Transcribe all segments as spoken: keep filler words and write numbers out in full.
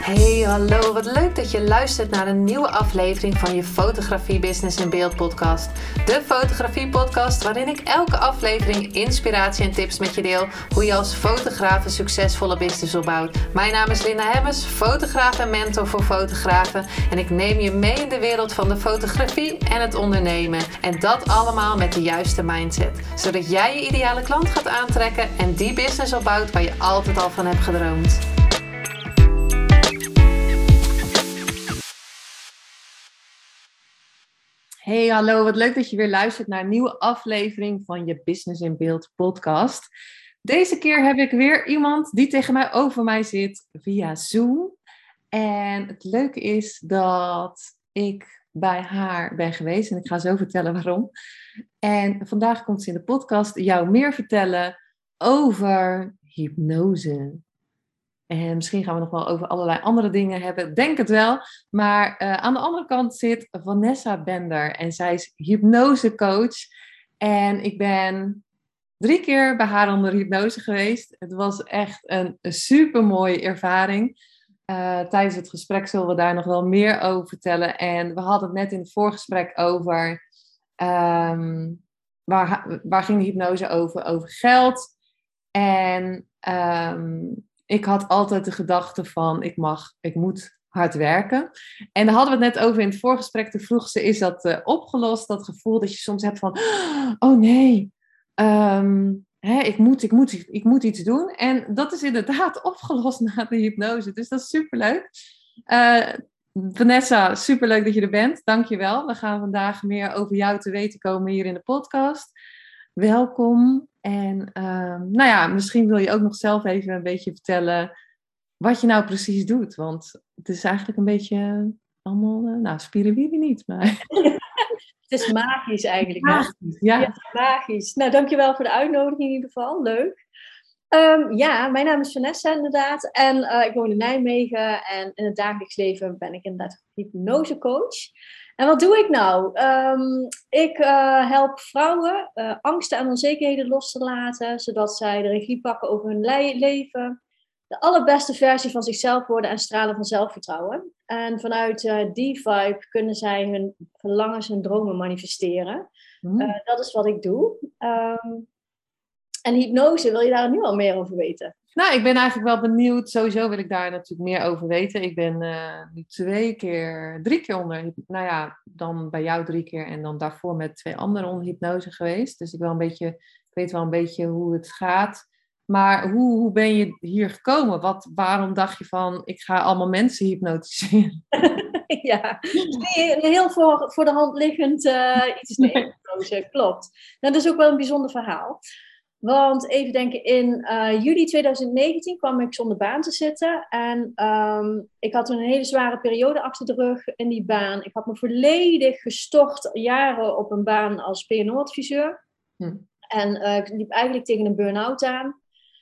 Hey, hallo. Wat leuk dat je luistert naar een nieuwe aflevering van je Fotografie Business in Beeld podcast. De fotografie podcast waarin ik elke aflevering inspiratie en tips met je deel hoe je als fotograaf een succesvolle business opbouwt. Mijn naam is Linda Hemmers, fotograaf en mentor voor fotografen en ik neem je mee in de wereld van de fotografie en het ondernemen. En dat allemaal met de juiste mindset, zodat jij je ideale klant gaat aantrekken en die business opbouwt waar je altijd al van hebt gedroomd. Hey, hallo. Wat leuk dat je weer luistert naar een nieuwe aflevering van je Business in Beeld podcast. Deze keer heb ik weer iemand die tegen mij over mij zit via Zoom. En het leuke is dat ik bij haar ben geweest en ik ga zo vertellen waarom. En vandaag komt ze in de podcast jou meer vertellen over hypnose. En misschien gaan we nog wel over allerlei andere dingen hebben. Denk het wel. Maar uh, aan de andere kant zit Vanessa Bender. En zij is hypnosecoach. En ik ben drie keer bij haar onder hypnose geweest. Het was echt een, een super mooie ervaring. Uh, tijdens het gesprek zullen we daar nog wel meer over vertellen. En we hadden het net in het voorgesprek over... Um, waar, waar ging de hypnose over? Over geld. En... Um, Ik had altijd de gedachte van, ik mag, ik moet hard werken. En daar hadden we het net over in het voorgesprek. Toen vroeg ze, is dat uh, opgelost? Dat gevoel dat je soms hebt van, oh nee, um, hè, ik, moet, ik, moet, ik moet iets doen. En dat is inderdaad opgelost na de hypnose. Dus dat is superleuk. Uh, Vanessa, superleuk dat je er bent. Dank je wel. We gaan vandaag meer over jou te weten komen hier in de podcast. Welkom. En um, nou ja, misschien wil je ook nog zelf even een beetje vertellen wat je nou precies doet. Want het is eigenlijk een beetje allemaal, uh, nou, spiriwiri niet, maar... Het is magisch eigenlijk. Magisch, ja. Ja, magisch. Nou, dankjewel voor de uitnodiging in ieder geval. Leuk. Um, ja, mijn naam is Vanessa inderdaad. En uh, ik woon in Nijmegen. En in het dagelijks leven ben ik inderdaad hypnosecoach. En wat doe ik nou? Um, ik uh, help vrouwen uh, angsten en onzekerheden los te laten, zodat zij de regie pakken over hun le- leven, de allerbeste versie van zichzelf worden en stralen van zelfvertrouwen. En vanuit uh, die vibe kunnen zij hun verlangens en dromen manifesteren. Mm. Uh, dat is wat ik doe. Um, en hypnose, wil je daar nu al meer over weten? Nou, ik ben eigenlijk wel benieuwd. Sowieso wil ik daar natuurlijk meer over weten. Ik ben uh, nu twee keer, drie keer onder, nou ja, dan bij jou drie keer en dan daarvoor met twee anderen onder hypnose geweest. Dus ik, wel een beetje, ik weet wel een beetje hoe het gaat. Maar hoe, hoe ben je hier gekomen? Wat, waarom dacht je van, ik ga allemaal mensen hypnotiseren? Ja, heel voor, voor de hand liggend uh, iets nee, hypnose, klopt. Nou, dat is ook wel een bijzonder verhaal. Want even denken, in uh, juli tweeduizend negentien kwam ik zonder baan te zitten. En um, ik had toen een hele zware periode achter de rug in die baan. Ik had me volledig gestort jaren op een baan als P en O-adviseur. Hm. En uh, ik liep eigenlijk tegen een burn-out aan.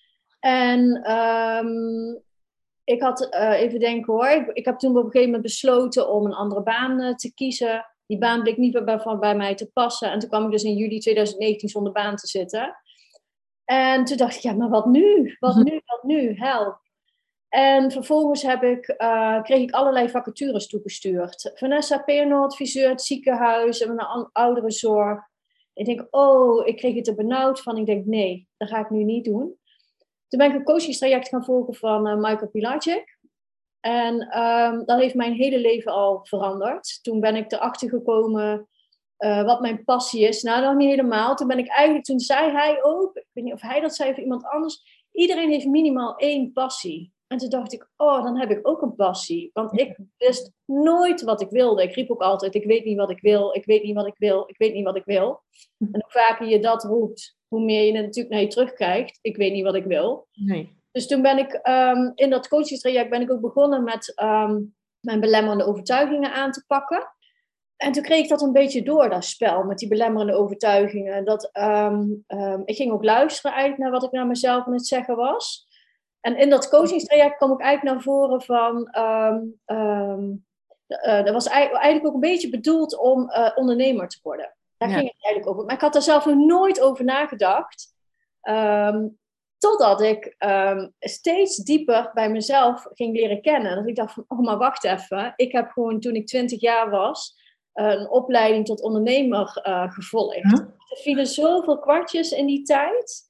En um, ik had, uh, even denken hoor, ik, ik heb toen op een gegeven moment besloten om een andere baan uh, te kiezen. Die baan bleek niet bij, bij, bij mij te passen. En toen kwam ik dus in juli tweeduizend negentien zonder baan te zitten. En toen dacht ik, ja, maar wat nu? Wat nu? Wat nu? Help. En vervolgens heb ik, uh, kreeg ik allerlei vacatures toegestuurd. Vanessa, P en O-adviseur, het ziekenhuis en een ouderenzorg. Ik denk, oh, ik kreeg het er benauwd van. Ik denk, nee, dat ga ik nu niet doen. Toen ben ik een coachingstraject gaan volgen van uh, Michael Pilacic. En um, dat heeft mijn hele leven al veranderd. Toen ben ik erachter gekomen... Uh, wat mijn passie is. Nou, nog niet helemaal. Toen ben ik eigenlijk, toen zei hij ook, ik weet niet of hij dat zei of iemand anders, iedereen heeft minimaal één passie. En toen dacht ik, oh, dan heb ik ook een passie. Want ik wist nooit wat ik wilde. Ik riep ook altijd, ik weet niet wat ik wil, ik weet niet wat ik wil, ik weet niet wat ik wil. En hoe vaker je dat roept, hoe meer je het natuurlijk naar je terugkrijgt. Ik weet niet wat ik wil. Nee. Dus toen ben ik, um, in dat coachingstraject ben ik ook begonnen met um, mijn belemmerende overtuigingen aan te pakken. En toen kreeg ik dat een beetje door, dat spel, met die belemmerende overtuigingen. Dat, um, um, ik ging ook luisteren eigenlijk naar wat ik naar mezelf aan het zeggen was. En in dat coachingstraject kwam ik eigenlijk naar voren van... Um, um, uh, dat was eigenlijk ook een beetje bedoeld om uh, ondernemer te worden. Daar ja. ging het eigenlijk over. Maar ik had daar zelf nog nooit over nagedacht. Um, Totdat ik um, steeds dieper bij mezelf ging leren kennen. Dat ik dacht van, oh maar wacht even. Ik heb gewoon toen ik twintig jaar was, uh, een opleiding tot ondernemer uh, gevolgd. Huh? Er vielen zoveel kwartjes in die tijd.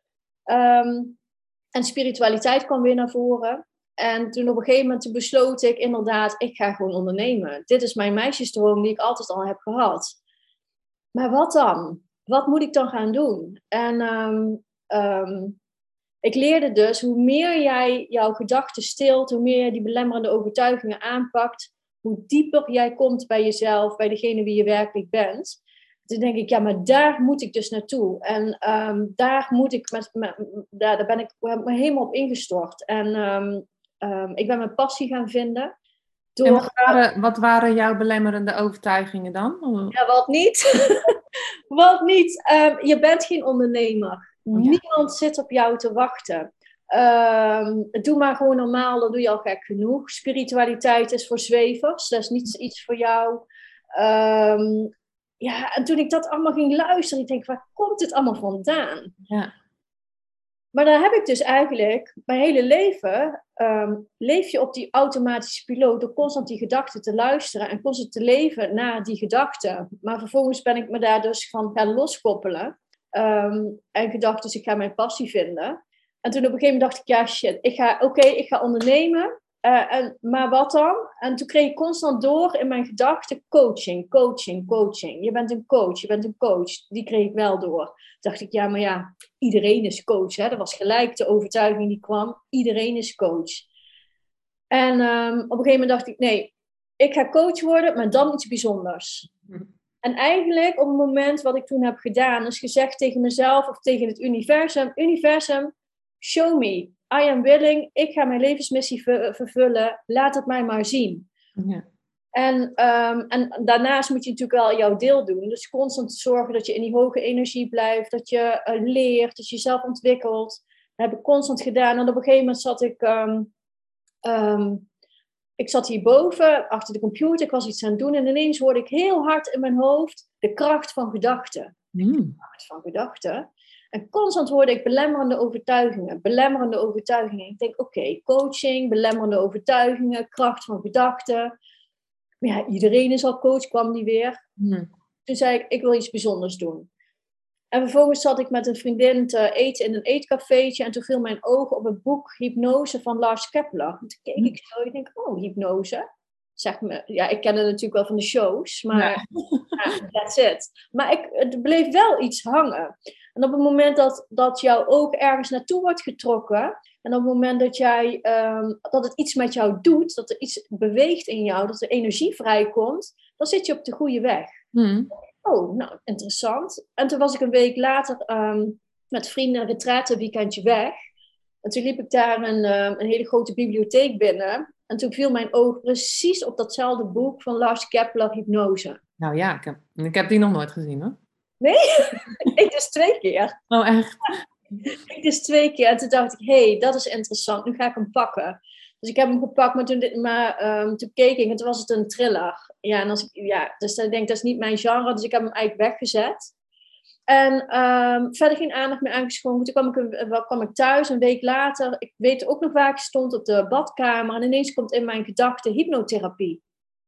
Um, en spiritualiteit kwam weer naar voren. En toen op een gegeven moment besloot ik inderdaad, ik ga gewoon ondernemen. Dit is mijn meisjesdroom die ik altijd al heb gehad. Maar wat dan? Wat moet ik dan gaan doen? En um, um, ik leerde dus, hoe meer jij jouw gedachten stilt, hoe meer je die belemmerende overtuigingen aanpakt, hoe dieper jij komt bij jezelf, bij degene wie je werkelijk bent. Toen denk ik, ja, maar daar moet ik dus naartoe. En um, daar moet ik, met, met, daar, daar ben ik, heb ik me helemaal op ingestort. En um, um, ik ben mijn passie gaan vinden. Door... En wat waren, wat waren jouw belemmerende overtuigingen dan? Ja, wat niet? Wat niet? Um, je bent geen ondernemer. Ja. Niemand zit op jou te wachten. Um, doe maar gewoon normaal, dan doe je al gek genoeg. Spiritualiteit is voor zwevers, dat is niet iets voor jou. Um, ja, en toen ik dat allemaal ging luisteren, ik denk, waar komt dit allemaal vandaan? Ja. Maar daar heb ik dus eigenlijk, mijn hele leven, um, leef je op die automatische piloot door constant die gedachten te luisteren en constant te leven naar die gedachten. Maar vervolgens ben ik me daar dus van gaan loskoppelen um, en gedacht, dus ik ga mijn passie vinden. En toen op een gegeven moment dacht ik, ja shit, ik ga, oké, okay, ik ga ondernemen, uh, en, maar wat dan? En toen kreeg ik constant door in mijn gedachten coaching, coaching, coaching. Je bent een coach, je bent een coach. Die kreeg ik wel door. Toen dacht ik, ja, maar ja, iedereen is coach. Hè? Dat was gelijk de overtuiging die kwam. Iedereen is coach. En um, op een gegeven moment dacht ik, nee, ik ga coach worden, maar dan iets bijzonders. Hm. En eigenlijk op het moment wat ik toen heb gedaan, is gezegd tegen mezelf of tegen het universum, universum, show me. I am willing, ik ga mijn levensmissie ver- vervullen, laat het mij maar zien. Ja. En, um, en daarnaast moet je natuurlijk wel jouw deel doen. Dus constant zorgen dat je in die hoge energie blijft, dat je uh, leert, dat je jezelf ontwikkelt. Dat heb ik constant gedaan. En op een gegeven moment zat ik, um, um, ik zat hierboven, achter de computer, ik was iets aan het doen en ineens hoorde ik heel hard in mijn hoofd de kracht van gedachten. Mm. De kracht van gedachten. En constant hoorde ik belemmerende overtuigingen, belemmerende overtuigingen. Ik denk, oké, okay, coaching, belemmerende overtuigingen, kracht van gedachten. Maar ja, iedereen is al coach, kwam die weer. Hmm. Toen zei ik, ik wil iets bijzonders doen. En vervolgens zat ik met een vriendin te eten in een eetcafeetje. En toen viel mijn oog op het boek Hypnose van Lars Kepler. En toen keek ik zo en ik denk, oh, hypnose. Zeg me, ja, ik ken het natuurlijk wel van de shows, maar ja. Ja, that's it. Maar ik, het bleef wel iets hangen. En op het moment dat, dat jouw oog ergens naartoe wordt getrokken, en op het moment dat, jij, um, dat het iets met jou doet, dat er iets beweegt in jou, dat er energie vrijkomt, dan zit je op de goede weg. Hmm. Oh, nou, interessant. En toen was ik een week later um, met vrienden een retraite-weekendje weg. En toen liep ik daar een, um, een hele grote bibliotheek binnen. En toen viel mijn oog precies op datzelfde boek van Lars Kepler, Hypnose. Nou ja, ik heb, ik heb die nog nooit gezien, hoor. Nee? Ik dus twee keer. Oh, echt? Ik dus twee keer. En toen dacht ik, hé, hey, dat is interessant. Nu ga ik hem pakken. Dus ik heb hem gepakt, maar toen, maar, um, toen keek ik en toen was het een thriller. Ja, en als ik, ja, dus ik denk, dat is niet mijn genre. Dus ik heb hem eigenlijk weggezet. En um, verder geen aandacht meer aangeschonken. Toen kwam ik, een, kwam ik thuis, een week later. Ik weet ook nog waar ik stond, op de badkamer. En ineens komt in mijn gedachten hypnotherapie.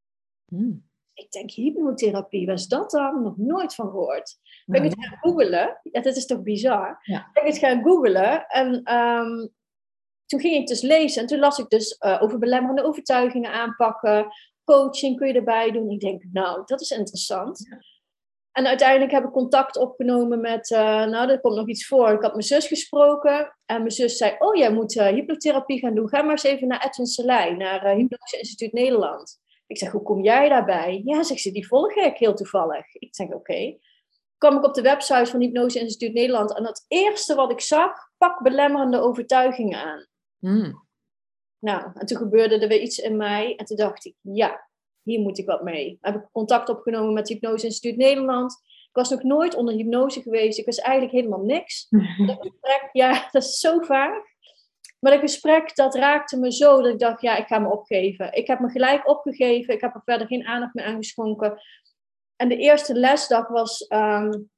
Hmm. Ik denk, hypnotherapie, wat is dat dan? Nog nooit van gehoord. Ben ik het gaan googelen. Ja, dat is toch bizar. Ja. Ben ik het gaan googelen. En um, toen ging ik dus lezen. En toen las ik dus uh, over belemmerende overtuigingen aanpakken. Coaching kun je erbij doen. Ik denk, nou, dat is interessant. Ja. En uiteindelijk heb ik contact opgenomen met, uh, nou, er komt nog iets voor. Ik had mijn zus gesproken. En mijn zus zei, oh, jij moet uh, hypnotherapie gaan doen. Ga maar eens even naar Edwin Selei, naar uh, Hypnose Instituut Nederland. Ik zeg, hoe kom jij daarbij? Ja, zegt ze, die volg ik heel toevallig. Ik zeg, oké. Okay. Kwam ik op de website van Hypnose Instituut Nederland. En het eerste wat ik zag, pak belemmerende overtuigingen aan. Hmm. Nou, en toen gebeurde er weer iets in mij. En toen dacht ik, ja, hier moet ik wat mee. Dan heb ik contact opgenomen met Hypnose Instituut Nederland. Ik was nog nooit onder hypnose geweest. Ik was eigenlijk helemaal niks. Dat gesprek, ja, dat is zo vaag. Maar dat gesprek, dat raakte me zo dat ik dacht, ja, ik ga me opgeven. Ik heb me gelijk opgegeven. Ik heb er verder geen aandacht meer aan geschonken. En de eerste lesdag was, um,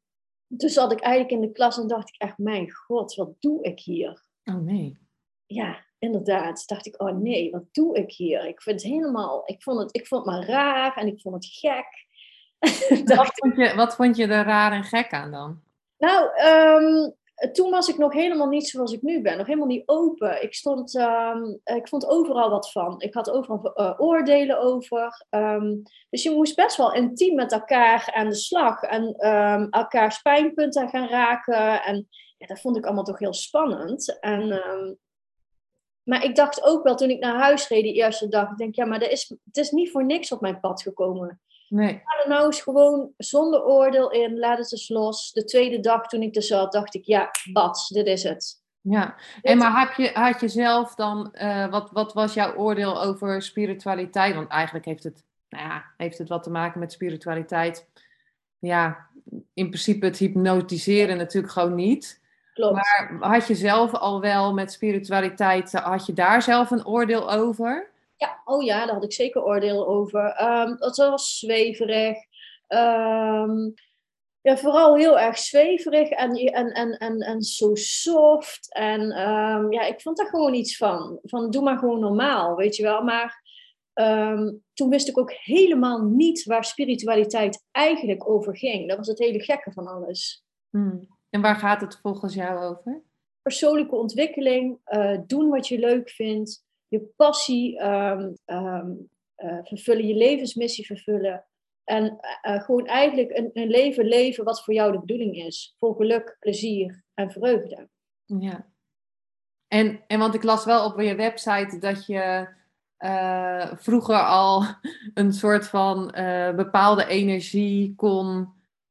toen zat ik eigenlijk in de klas en dacht ik echt, mijn god, wat doe ik hier? Oh nee. Ja, inderdaad. Dacht ik, oh nee, wat doe ik hier? Ik vind het helemaal, ik vond het, ik vond het maar raar en ik vond het gek. Wat vond je, wat vond je er raar en gek aan dan? Nou, um, toen was ik nog helemaal niet zoals ik nu ben. Nog helemaal niet open. Ik, stond, um, ik vond overal wat van. Ik had overal uh, oordelen over. Um, dus je moest best wel intiem met elkaar aan de slag. En um, elkaars pijnpunten gaan raken. En ja, dat vond ik allemaal toch heel spannend. En, um, maar ik dacht ook wel, toen ik naar huis reed die eerste dag. Ik denk, ja, maar dat is, het is niet voor niks op mijn pad gekomen. Nee. Ga er nou eens gewoon zonder oordeel in, laat het eens los. De tweede dag toen ik er zat, dacht ik, ja, bats, dit is het. Ja, en maar heb je, had je zelf dan, uh, wat, wat was jouw oordeel over spiritualiteit? Want eigenlijk heeft het, nou ja, heeft het wat te maken met spiritualiteit. Ja, in principe het hypnotiseren natuurlijk gewoon niet. Klopt. Maar had je zelf al wel met spiritualiteit, had je daar zelf een oordeel over? Ja, oh ja, daar had ik zeker oordeel over. Um, het was zweverig. Um, ja, vooral heel erg zweverig en, en, en, en, en zo soft. En um, ja, ik vond daar gewoon iets van. Van doe maar gewoon normaal, weet je wel. Maar um, toen wist ik ook helemaal niet waar spiritualiteit eigenlijk over ging. Dat was het hele gekke van alles. Hmm. En waar gaat het volgens jou over? Persoonlijke ontwikkeling, uh, doen wat je leuk vindt. Je passie um, um, uh, vervullen, je levensmissie vervullen. En uh, gewoon eigenlijk een, een leven leven wat voor jou de bedoeling is. Voor geluk, plezier en vreugde. Ja. En, en want ik las wel op je website dat je uh, vroeger al een soort van uh, bepaalde energie kon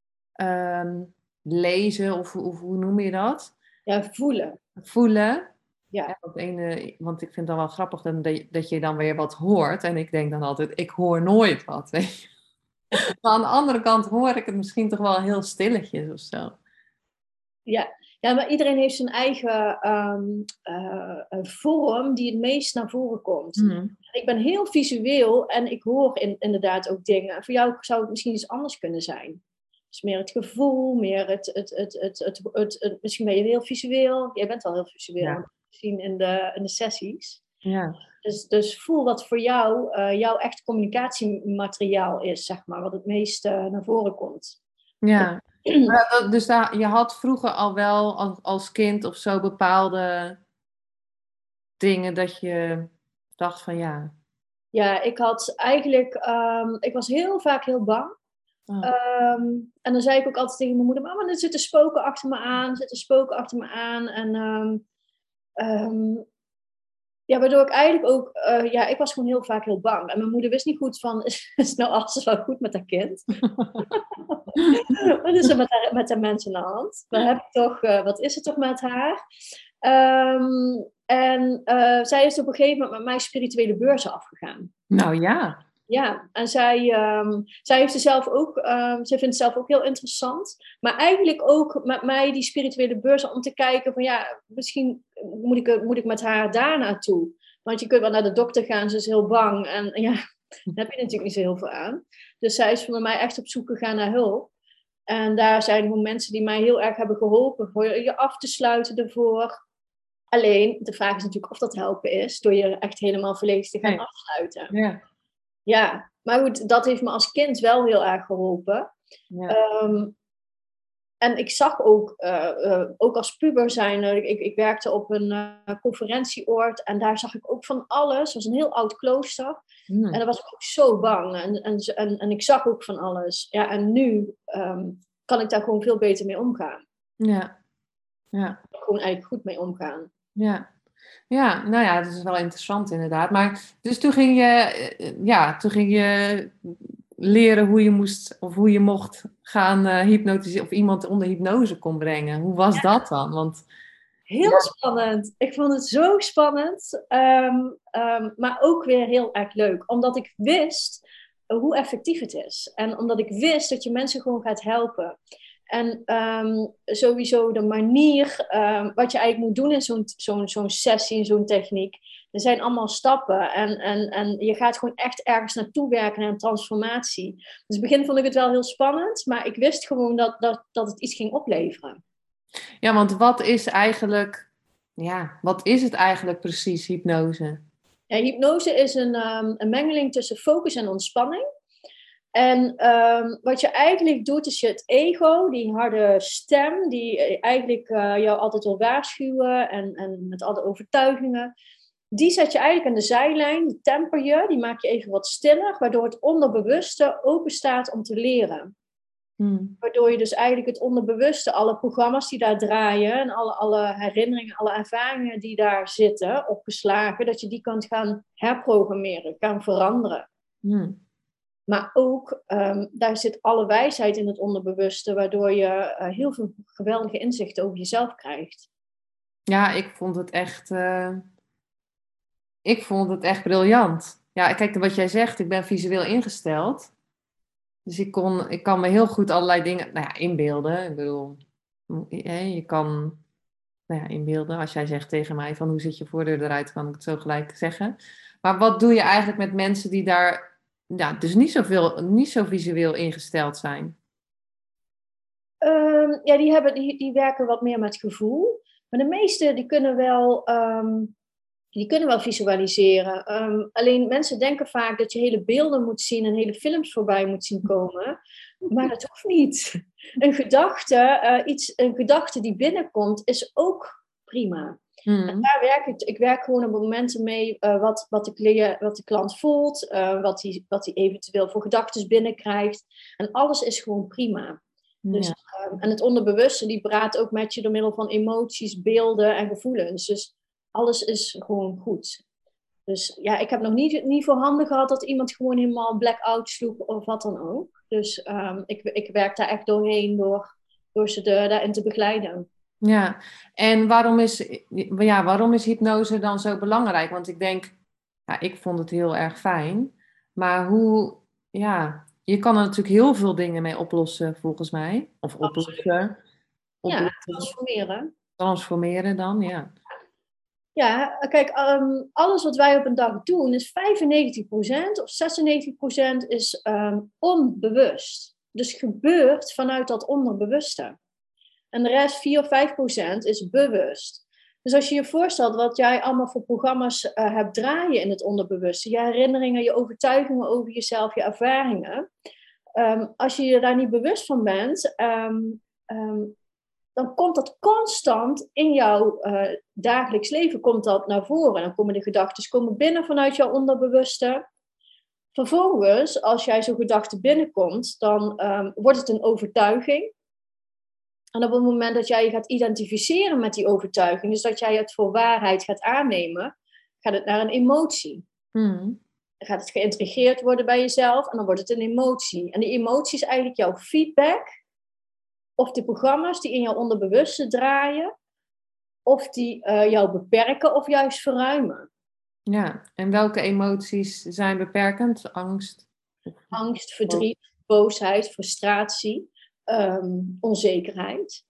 um, lezen. Of, of hoe noem je dat? Ja, voelen. Voelen. Ja. Ja, ene, want ik vind het dan wel grappig dat, dat je dan weer wat hoort. En ik denk dan altijd, ik hoor nooit wat. Weet je? Maar aan de andere kant hoor ik het misschien toch wel heel stilletjes of zo. Ja, ja, maar iedereen heeft zijn eigen um, uh, vorm die het meest naar voren komt. Mm. Ik ben heel visueel en ik hoor in, inderdaad ook dingen. Voor jou zou het misschien iets anders kunnen zijn. Dus meer het gevoel, meer het... het, het, het, het, het, het, het misschien ben je heel visueel. Jij bent wel heel visueel, ja. Gezien in de, in de sessies. Ja. Dus, dus voel wat voor jou uh, jouw echt communicatiemateriaal is, zeg maar. Wat het meest uh, naar voren komt. Ja. Dus daar, je had vroeger al wel als, als kind of zo bepaalde dingen dat je dacht van ja. Ja, ik had eigenlijk, um, ik was heel vaak heel bang. Oh. Um, en dan zei ik ook altijd tegen mijn moeder, mama, er zitten spoken achter me aan, er zitten spoken achter me aan. En um, um, ja, waardoor ik eigenlijk ook, uh, ja, ik was gewoon heel vaak heel bang. En mijn moeder wist niet goed van, is het nou alles wel goed met haar kind? Wat is er met haar, met haar mensen aan de hand? Wat, heb ik toch, uh, wat is er toch met haar? Um, en uh, zij is op een gegeven moment met mij spirituele beurzen afgegaan. Nou ja. Ja, en zij, um, zij heeft er zelf ook, um, zij vindt het zelf ook heel interessant. Maar eigenlijk ook met mij die spirituele beurzen om te kijken van ja, misschien moet ik, moet ik met haar daar naartoe. Want je kunt wel naar de dokter gaan, ze is heel bang. En ja, daar heb je natuurlijk niet zo heel veel aan. Dus zij is voor mij echt op zoek gegaan naar hulp. En daar zijn gewoon mensen die mij heel erg hebben geholpen voor je af te sluiten ervoor. Alleen, de vraag is natuurlijk of dat helpen is, door je echt helemaal volledig te gaan nee. afsluiten. Ja. Ja, maar goed, dat heeft me als kind wel heel erg geholpen. Ja. Um, en ik zag ook, uh, uh, ook als puber zijn, uh, ik, ik werkte op een uh, conferentieoord en daar zag ik ook van alles. Het was een heel oud klooster. Mm. En daar was ik ook zo bang. En, en, en, en ik zag ook van alles. Ja, en nu um, kan ik daar gewoon veel beter mee omgaan. Ja. Ja. Gewoon eigenlijk goed mee omgaan. Ja. Ja, nou ja, dat is wel interessant inderdaad. Maar dus toen ging je, ja, toen ging je leren hoe je moest of hoe je mocht gaan uh, hypnotiseren of iemand onder hypnose kon brengen. Hoe was ja. dat dan? Want heel ja. spannend. Ik vond het zo spannend, um, um, maar ook weer heel erg leuk, omdat ik wist hoe effectief het is en omdat ik wist dat je mensen gewoon gaat helpen. En um, sowieso de manier, um, wat je eigenlijk moet doen in zo'n, zo'n, zo'n sessie, in zo'n techniek, Er zijn allemaal stappen en, en, en je gaat gewoon echt ergens naartoe werken naar een transformatie. Dus in het begin vond ik het wel heel spannend, maar ik wist gewoon dat, dat, dat het iets ging opleveren. Ja, want wat is eigenlijk, ja, wat is het eigenlijk precies, hypnose? Ja, hypnose is een, um, een mengeling tussen focus en ontspanning. En um, wat je eigenlijk doet, is je het ego, die harde stem, die eigenlijk uh, jou altijd wil waarschuwen en, en met alle overtuigingen, die zet je eigenlijk aan de zijlijn, die temper je, die maak je even wat stiller, waardoor het onderbewuste open staat om te leren. Hmm. Waardoor je dus eigenlijk het onderbewuste, alle programma's die daar draaien en alle, alle herinneringen, alle ervaringen die daar zitten, opgeslagen, dat je die kunt gaan herprogrammeren, gaan veranderen. Hmm. Maar ook, um, daar zit alle wijsheid in het onderbewuste, waardoor je uh, heel veel geweldige inzichten over jezelf krijgt. Ja, ik vond het echt, uh, ik vond het echt briljant. Ja, kijk, wat jij zegt, ik ben visueel ingesteld. Dus ik, kon, ik kan me heel goed allerlei dingen nou ja, inbeelden. Ik bedoel, je kan nou ja, inbeelden. Als jij zegt tegen mij van hoe ziet je voordeur eruit, kan ik het zo gelijk zeggen. Maar wat doe je eigenlijk met mensen die daar ja, dus niet, zoveel, niet zo visueel ingesteld zijn? Um, ja, die, hebben, die, die werken wat meer met gevoel. Maar de meeste die kunnen wel, um, die kunnen wel visualiseren. Um, alleen mensen denken vaak dat je hele beelden moet zien en hele films voorbij moet zien komen. Maar dat hoeft niet. Een gedachte, uh, iets, een gedachte die binnenkomt is ook prima. Hmm. En daar werk ik, ik werk gewoon op momenten mee uh, wat, wat, de cliënt, wat de klant voelt, uh, wat hij wat hij eventueel voor gedachten binnenkrijgt. En alles is gewoon prima. Dus, ja. um, en het onderbewuste die praat ook met je door middel van emoties, beelden en gevoelens. Dus alles is gewoon goed. Dus ja, ik heb nog niet, niet voorhanden gehad dat iemand gewoon helemaal black-out sloeg of wat dan ook. Dus um, ik, ik werk daar echt doorheen door, door ze de, daarin te begeleiden. Ja, en waarom is, ja, waarom is hypnose dan zo belangrijk? Want ik denk, ja, ik vond het heel erg fijn. Maar hoe, ja, je kan er natuurlijk heel veel dingen mee oplossen, volgens mij. Of oplossen. oplossen. Ja, transformeren. Transformeren dan, ja. Ja, kijk, um, alles wat wij op een dag doen is vijfennegentig procent of zesennegentig procent is um, onbewust. Dus gebeurt vanuit dat onderbewuste. En de rest, vier of vijf procent, is bewust. Dus als je je voorstelt wat jij allemaal voor programma's uh, hebt draaien in het onderbewuste, je herinneringen, je overtuigingen over jezelf, je ervaringen. Um, als je je daar niet bewust van bent, um, um, dan komt dat constant in jouw uh, dagelijks leven komt dat naar voren. Dan komen de gedachten komen binnen vanuit jouw onderbewuste. Vervolgens, als jij zo'n gedachte binnenkomt, dan um, wordt het een overtuiging. En op het moment dat jij je gaat identificeren met die overtuiging, dus dat jij het voor waarheid gaat aannemen, gaat het naar een emotie. Hmm. Dan gaat het geïntegreerd worden bij jezelf en dan wordt het een emotie. En die emotie is eigenlijk jouw feedback, of de programma's die in jouw onderbewuste draaien, of die uh, jou beperken of juist verruimen. Ja, en welke emoties zijn beperkend? Angst? Angst, verdriet, boosheid, frustratie. Um, onzekerheid.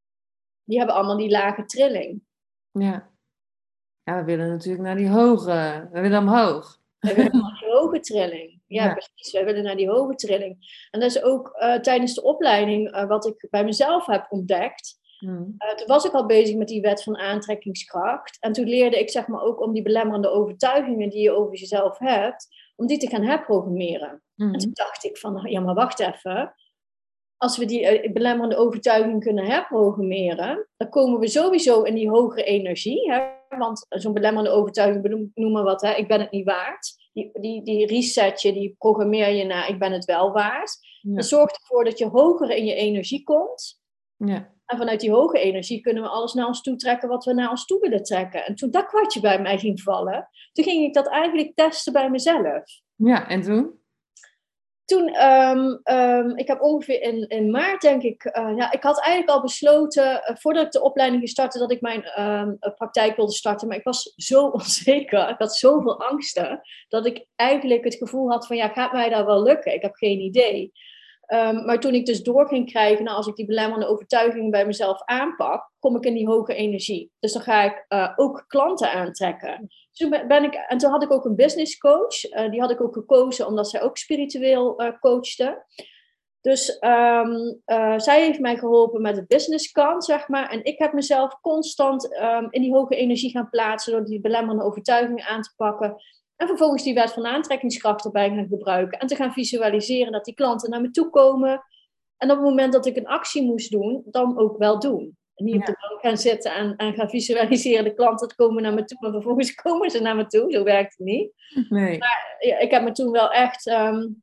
Die hebben allemaal die lage trilling. Ja. Ja, we willen natuurlijk naar die hoge. We willen omhoog. We willen naar die hoge trilling. Ja, ja, precies. Wij willen naar die hoge trilling. En dat is ook uh, tijdens de opleiding uh, wat ik bij mezelf heb ontdekt. Hmm. Uh, toen was ik al bezig met die wet van aantrekkingskracht. En toen leerde ik zeg maar ook om die belemmerende overtuigingen die je over jezelf hebt, om die te gaan herprogrammeren. Hmm. En toen dacht ik van, ja maar wacht even. Als we die belemmerende overtuiging kunnen herprogrammeren, dan komen we sowieso in die hogere energie. Hè? Want zo'n belemmerende overtuiging, noem maar wat, hè? Ik ben het niet waard. Die, die, die reset je, die programmeer je naar ik ben het wel waard. Ja. Dat zorgt ervoor dat je hoger in je energie komt. Ja. En vanuit die hoge energie kunnen we alles naar ons toe trekken wat we naar ons toe willen trekken. En toen dat kwartje bij mij ging vallen, toen ging ik dat eigenlijk testen bij mezelf. Ja, en toen? Toen, um, um, ik heb ongeveer in, in maart, denk ik, uh, ja, ik had eigenlijk al besloten, uh, voordat ik de opleiding ging starten, dat ik mijn um, praktijk wilde starten. Maar ik was zo onzeker, ik had zoveel angsten, dat ik eigenlijk het gevoel had van, ja, gaat mij dat wel lukken? Ik heb geen idee. Um, maar toen ik dus door ging krijgen, nou, als ik die belemmerende overtuigingen bij mezelf aanpak, kom ik in die hoge energie. Dus dan ga ik uh, ook klanten aantrekken. Dus toen ben ik, en toen had ik ook een business coach. Uh, die had ik ook gekozen omdat zij ook spiritueel uh, coachte. Dus um, uh, zij heeft mij geholpen met de businesskant, zeg maar. En ik heb mezelf constant um, in die hoge energie gaan plaatsen door die belemmerende overtuigingen aan te pakken. En vervolgens die wet van aantrekkingskracht erbij gaan gebruiken. En te gaan visualiseren dat die klanten naar me toe komen. En op het moment dat ik een actie moest doen, dan ook wel doen. En niet op de bank gaan zitten en, en gaan visualiseren. De klanten komen naar me toe, maar vervolgens komen ze naar me toe. Zo werkt het niet. Nee. Maar ja, ik heb me toen wel echt um,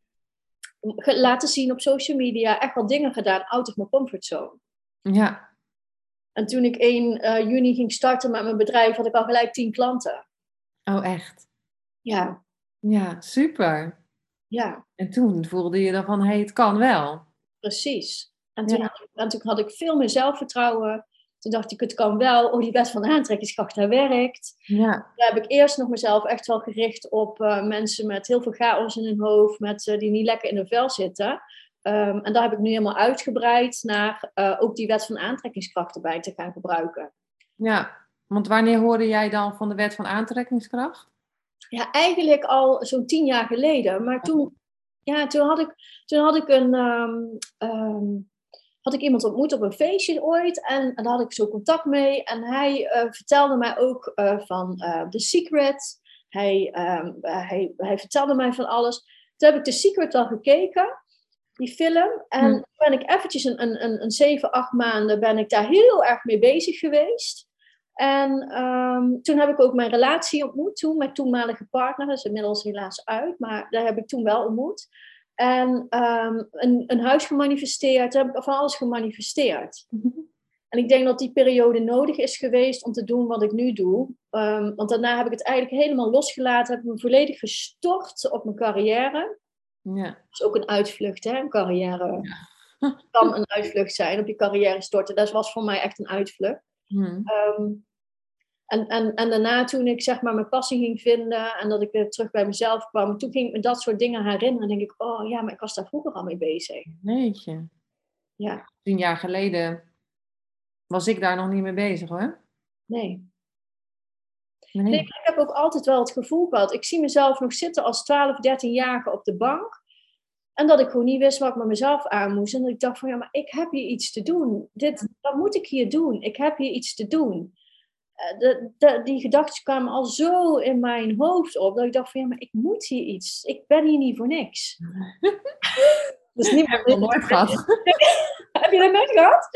laten zien op social media. Echt wel dingen gedaan out of my comfortzone. Ja. En toen ik één juni ging starten met mijn bedrijf, had ik al gelijk tien klanten. Oh, echt? Ja. Ja, super. Ja. En toen voelde je dan van, hé, hey, het kan wel. Precies. En toen, Ja. had ik, en toen had ik veel meer zelfvertrouwen. Toen dacht ik, het kan wel. Oh, die wet van aantrekkingskracht, dat werkt. Ja. Daar heb ik eerst nog mezelf echt wel gericht op uh, mensen met heel veel chaos in hun hoofd, met, uh, die niet lekker in hun vel zitten. Um, en daar heb ik nu helemaal uitgebreid naar uh, ook die wet van aantrekkingskracht erbij te gaan gebruiken. Ja, want wanneer hoorde jij dan van de wet van aantrekkingskracht? Ja, eigenlijk al zo'n tien jaar geleden. Maar toen, ja, toen, had, ik, toen had ik een... Um, um, had ik iemand ontmoet op een feestje ooit. En, en daar had ik zo contact mee. En hij uh, vertelde mij ook uh, van uh, The Secret. Hij, um, uh, hij, hij vertelde mij van alles. Toen heb ik The Secret al gekeken. Die film. En hm. ben ik eventjes een, een, een, een zeven, acht maanden ben ik daar heel erg mee bezig geweest. En um, toen heb ik ook mijn relatie ontmoet. Toen, mijn toenmalige partner. Dat is inmiddels helaas uit. Maar daar heb ik toen wel ontmoet. En um, een, een huis gemanifesteerd. Daar heb ik van alles gemanifesteerd. Mm-hmm. En ik denk dat die periode nodig is geweest om te doen wat ik nu doe. Um, want daarna heb ik het eigenlijk helemaal losgelaten. Heb ik me volledig gestort op mijn carrière. Ja. Dat is ook een uitvlucht, hè? Een carrière. Ja. Kan een uitvlucht zijn, op je carrière storten. Dat was voor mij echt een uitvlucht. Mm. Um, En, en, en daarna toen ik zeg maar mijn passie ging vinden en dat ik weer terug bij mezelf kwam, toen ging ik me dat soort dingen herinneren en denk ik, oh ja, maar ik was daar vroeger al mee bezig. Weetje. Ja. Tien jaar geleden was ik daar nog niet mee bezig hoor. Nee. Nee. Nee, ik heb ook altijd wel het gevoel gehad, ik zie mezelf nog zitten als twaalf, dertienjarige op de bank en dat ik gewoon niet wist wat ik met mezelf aan moest en dat ik dacht van ja, maar ik heb hier iets te doen. Dit, wat moet ik hier doen? Ik heb hier iets te doen. De, de, die gedachten kwamen al zo in mijn hoofd op, dat ik dacht van ja, maar ik moet hier iets. Ik ben hier niet voor niks. Dus niet heb je dat nooit gehad? Heb je dat nooit gehad?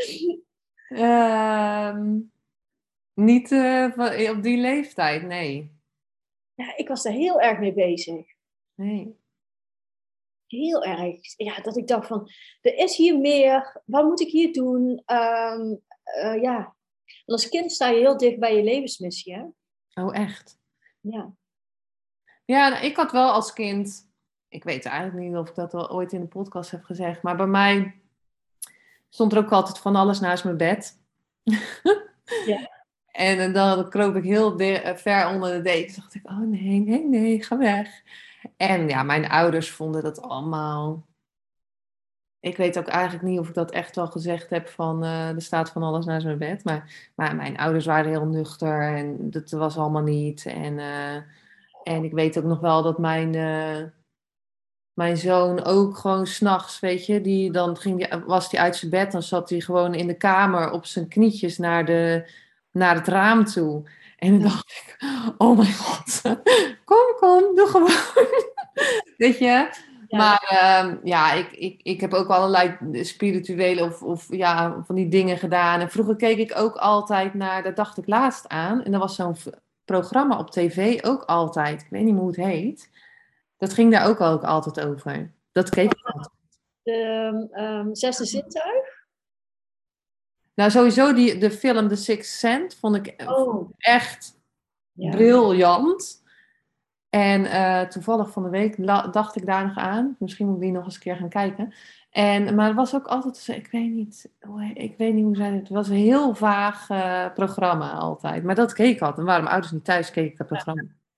Uh, niet uh, op die leeftijd, nee. Ja, ik was daar heel erg mee bezig. Nee. Heel erg. Ja, dat ik dacht van, er is hier meer. Wat moet ik hier doen? Um, uh, ja. En als kind sta je heel dicht bij je levensmissie, hè? Oh, echt? Ja. Ja, nou, ik had wel als kind... Ik weet eigenlijk niet of ik dat al ooit in de podcast heb gezegd. Maar bij mij stond er ook altijd van alles naast mijn bed. Ja. En dan kroop ik heel de, ver onder de deken. Dacht ik, oh nee, nee, nee, ga weg. En ja, mijn ouders vonden dat allemaal... Ik weet ook eigenlijk niet of ik dat echt wel gezegd heb van uh, er staat van alles naast mijn bed. Maar, maar mijn ouders waren heel nuchter en dat was allemaal niet. En, uh, en ik weet ook nog wel dat mijn, uh, mijn zoon ook gewoon 's nachts, weet je, die, dan ging die, was hij uit zijn bed, dan zat hij gewoon in de kamer op zijn knietjes naar, de, naar het raam toe. En dan dacht ik, oh mijn god, kom, kom, doe gewoon. Weet je? Ja. Maar uh, ja, ik, ik, ik heb ook allerlei spirituele of, of ja, van die dingen gedaan. En vroeger keek ik ook altijd naar, daar dacht ik laatst aan. En dat was zo'n programma op tv ook altijd. Ik weet niet meer hoe het heet. Dat ging daar ook, ook altijd over. Dat keek ik altijd. De um, zesde zintuig? Nou, sowieso die, de film The Sixth Sense vond ik oh. echt ja. briljant. En uh, toevallig van de week la- dacht ik daar nog aan. Misschien moet ik die nog eens een keer gaan kijken. En, maar het was ook altijd, ik weet niet, ik weet niet hoe zij het. Het was een heel vaag uh, programma altijd. Maar dat keek ik altijd. En waren mijn ouders niet thuis, keek ik dat programma.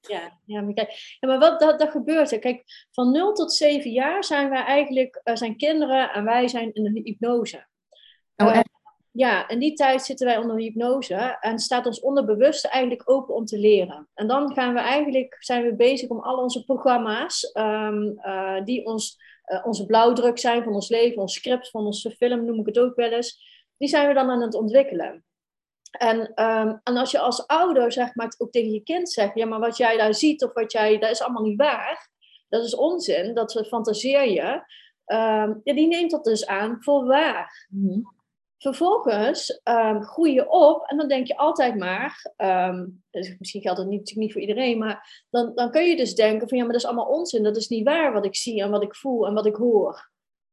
Ja, ja, maar, kijk, ja, maar wat dat, dat gebeurt er. Kijk, van nul tot zeven jaar zijn wij eigenlijk, uh, zijn kinderen en wij zijn in de hypnose. Oh, Uh, echt? ja, in die tijd zitten wij onder hypnose en staat ons onderbewuste eigenlijk open om te leren. En dan gaan we eigenlijk, zijn we bezig om al onze programma's, um, uh, die ons, uh, onze blauwdruk zijn van ons leven, ons script van onze film, noem ik het ook wel eens, die zijn we dan aan het ontwikkelen. En, um, en als je als ouder zeg maar, ook tegen je kind zegt, ja, maar wat jij daar ziet of wat jij, dat is allemaal niet waar. Dat is onzin, dat fantaseer je. Um, ja, die neemt dat dus aan voor waar. Mm-hmm. Vervolgens um, groei je op en dan denk je altijd maar, um, dus misschien geldt dat niet, natuurlijk niet voor iedereen, maar dan, dan kun je dus denken van ja, maar dat is allemaal onzin. Dat is niet waar wat ik zie en wat ik voel en wat ik hoor.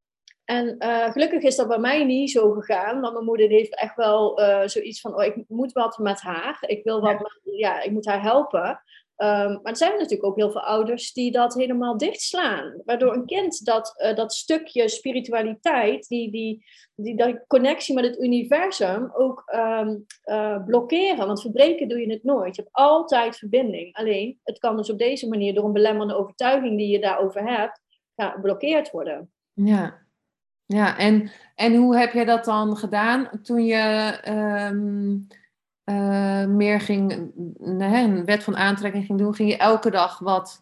En uh, gelukkig is dat bij mij niet zo gegaan, want mijn moeder heeft echt wel uh, zoiets van, oh, ik moet wat met haar. Ik wil wat, met, ja, ik moet haar helpen. Um, maar er zijn natuurlijk ook heel veel ouders die dat helemaal dichtslaan. Waardoor een kind dat, uh, dat stukje spiritualiteit, die, die, die, die connectie met het universum ook um, uh, blokkeren. Want verbreken doe je het nooit. Je hebt altijd verbinding. Alleen, het kan dus op deze manier door een belemmerende overtuiging die je daarover hebt, geblokkeerd worden. Ja. Ja, en, en hoe heb je dat dan gedaan toen je um, uh, meer ging, nee, een wet van aantrekking ging doen? Ging je elke dag wat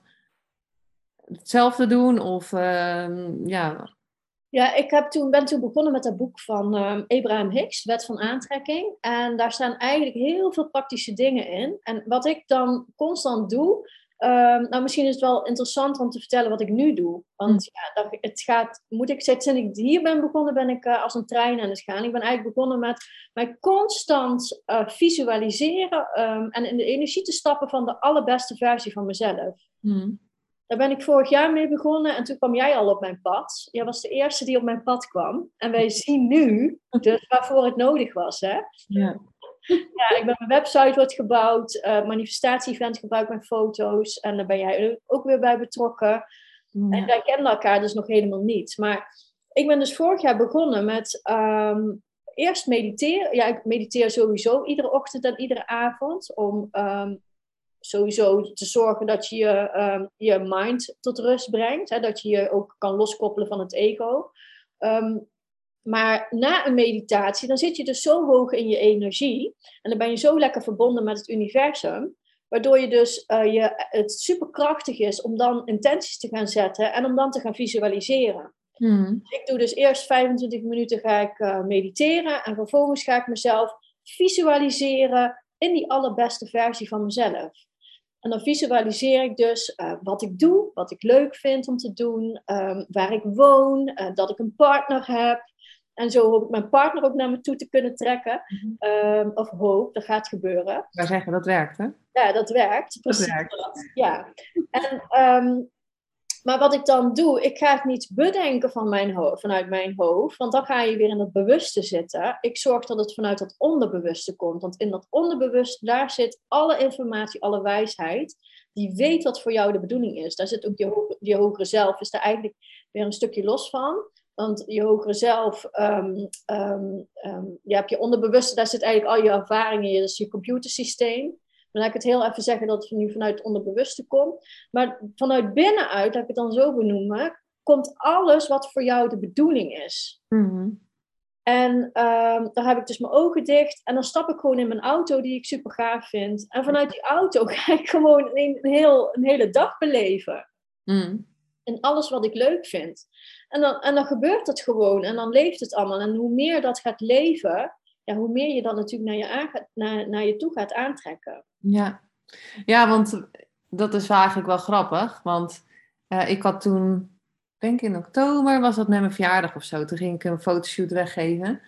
hetzelfde doen? Of uh, ja... Ja, ik heb toen, ben toen begonnen met dat boek van um, Abraham Hicks, Wet van Aantrekking. En daar staan eigenlijk heel veel praktische dingen in. En wat ik dan constant doe... Um, nou, misschien is het wel interessant om te vertellen wat ik nu doe. Want hm. ja, dat, het gaat, moet ik zeggen, sinds ik hier ben begonnen, ben ik uh, als een trein aan het gaan. Ik ben eigenlijk begonnen met mij constant uh, visualiseren um, en in de energie te stappen van de allerbeste versie van mezelf. Hm. Daar ben ik vorig jaar mee begonnen en toen kwam jij al op mijn pad. Jij was de eerste die op mijn pad kwam. En wij zien nu dus waarvoor het nodig was, hè? Ja. Ja, ik ben mijn website wordt gebouwd, uh, manifestatie-event gebruik mijn foto's en daar ben jij ook weer bij betrokken. Ja. En wij kennen elkaar dus nog helemaal niet. Maar ik ben dus vorig jaar begonnen met um, eerst mediteren. Ja, ik mediteer sowieso iedere ochtend en iedere avond om um, sowieso te zorgen dat je je, um, je mind tot rust brengt. Hè, dat je je ook kan loskoppelen van het ego. Um, Maar na een meditatie, dan zit je dus zo hoog in je energie. En dan ben je zo lekker verbonden met het universum. Waardoor je dus, uh, je, het superkrachtig is om dan intenties te gaan zetten. En om dan te gaan visualiseren. Hmm. Ik doe dus eerst vijfentwintig minuten ga ik uh, mediteren. En vervolgens ga ik mezelf visualiseren in die allerbeste versie van mezelf. En dan visualiseer ik dus uh, wat ik doe, wat ik leuk vind om te doen. Um, waar ik woon, uh, dat ik een partner heb. En zo hoop ik mijn partner ook naar me toe te kunnen trekken. Um, of hoop, dat gaat gebeuren. Maar zeggen, dat werkt, hè? Ja, dat werkt. Dat werkt. Dat. Ja. En, um, maar wat ik dan doe, ik ga het niet bedenken van mijn ho- vanuit mijn hoofd. Want dan ga je weer in het bewuste zitten. Ik zorg dat het vanuit het onderbewuste komt. Want in dat onderbewuste, daar zit alle informatie, alle wijsheid. Die weet wat voor jou de bedoeling is. Daar zit ook je, ho- je hogere zelf, is daar eigenlijk weer een stukje los van. Want je hogere zelf, um, um, um, je hebt je onderbewuste, daar zit eigenlijk al je ervaringen in, dus je computersysteem. Dan ga ik het heel even zeggen dat het nu vanuit het onderbewuste komt. Maar vanuit binnenuit, laat ik het dan zo benoemen, komt alles wat voor jou de bedoeling is. Mm-hmm. En um, dan heb ik dus mijn ogen dicht en dan stap ik gewoon in mijn auto die ik super gaaf vind. En vanuit die auto ga ik gewoon een, een, heel, een hele dag beleven. Mm. En alles wat ik leuk vind. En dan, en dan gebeurt het gewoon. En dan leeft het allemaal. En hoe meer dat gaat leven, ja, hoe meer je dan natuurlijk naar je, aan, naar, naar je toe gaat aantrekken. Ja. Ja, want dat is wel eigenlijk wel grappig. Want uh, ik had toen, ik denk in oktober, was dat met mijn verjaardag of zo. Toen ging ik een fotoshoot weggeven.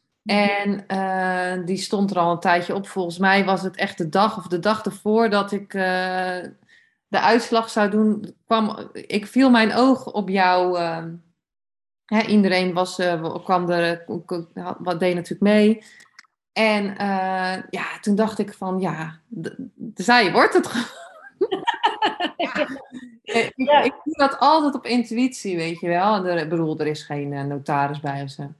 En uh, die stond er al een tijdje op. Volgens mij was het echt de dag of de dag ervoor dat ik uh, de uitslag zou doen. Kwam, ik viel mijn oog op jou. Uh, hè, iedereen was, uh, kwam er, wat deed natuurlijk mee. En uh, ja, toen dacht ik van, ja, zij wordt het gewoon. Ja. Ik, Ja. ik doe dat altijd op intuïtie, weet je wel. Er, ik bedoel, er is geen uh, notaris bij of zo.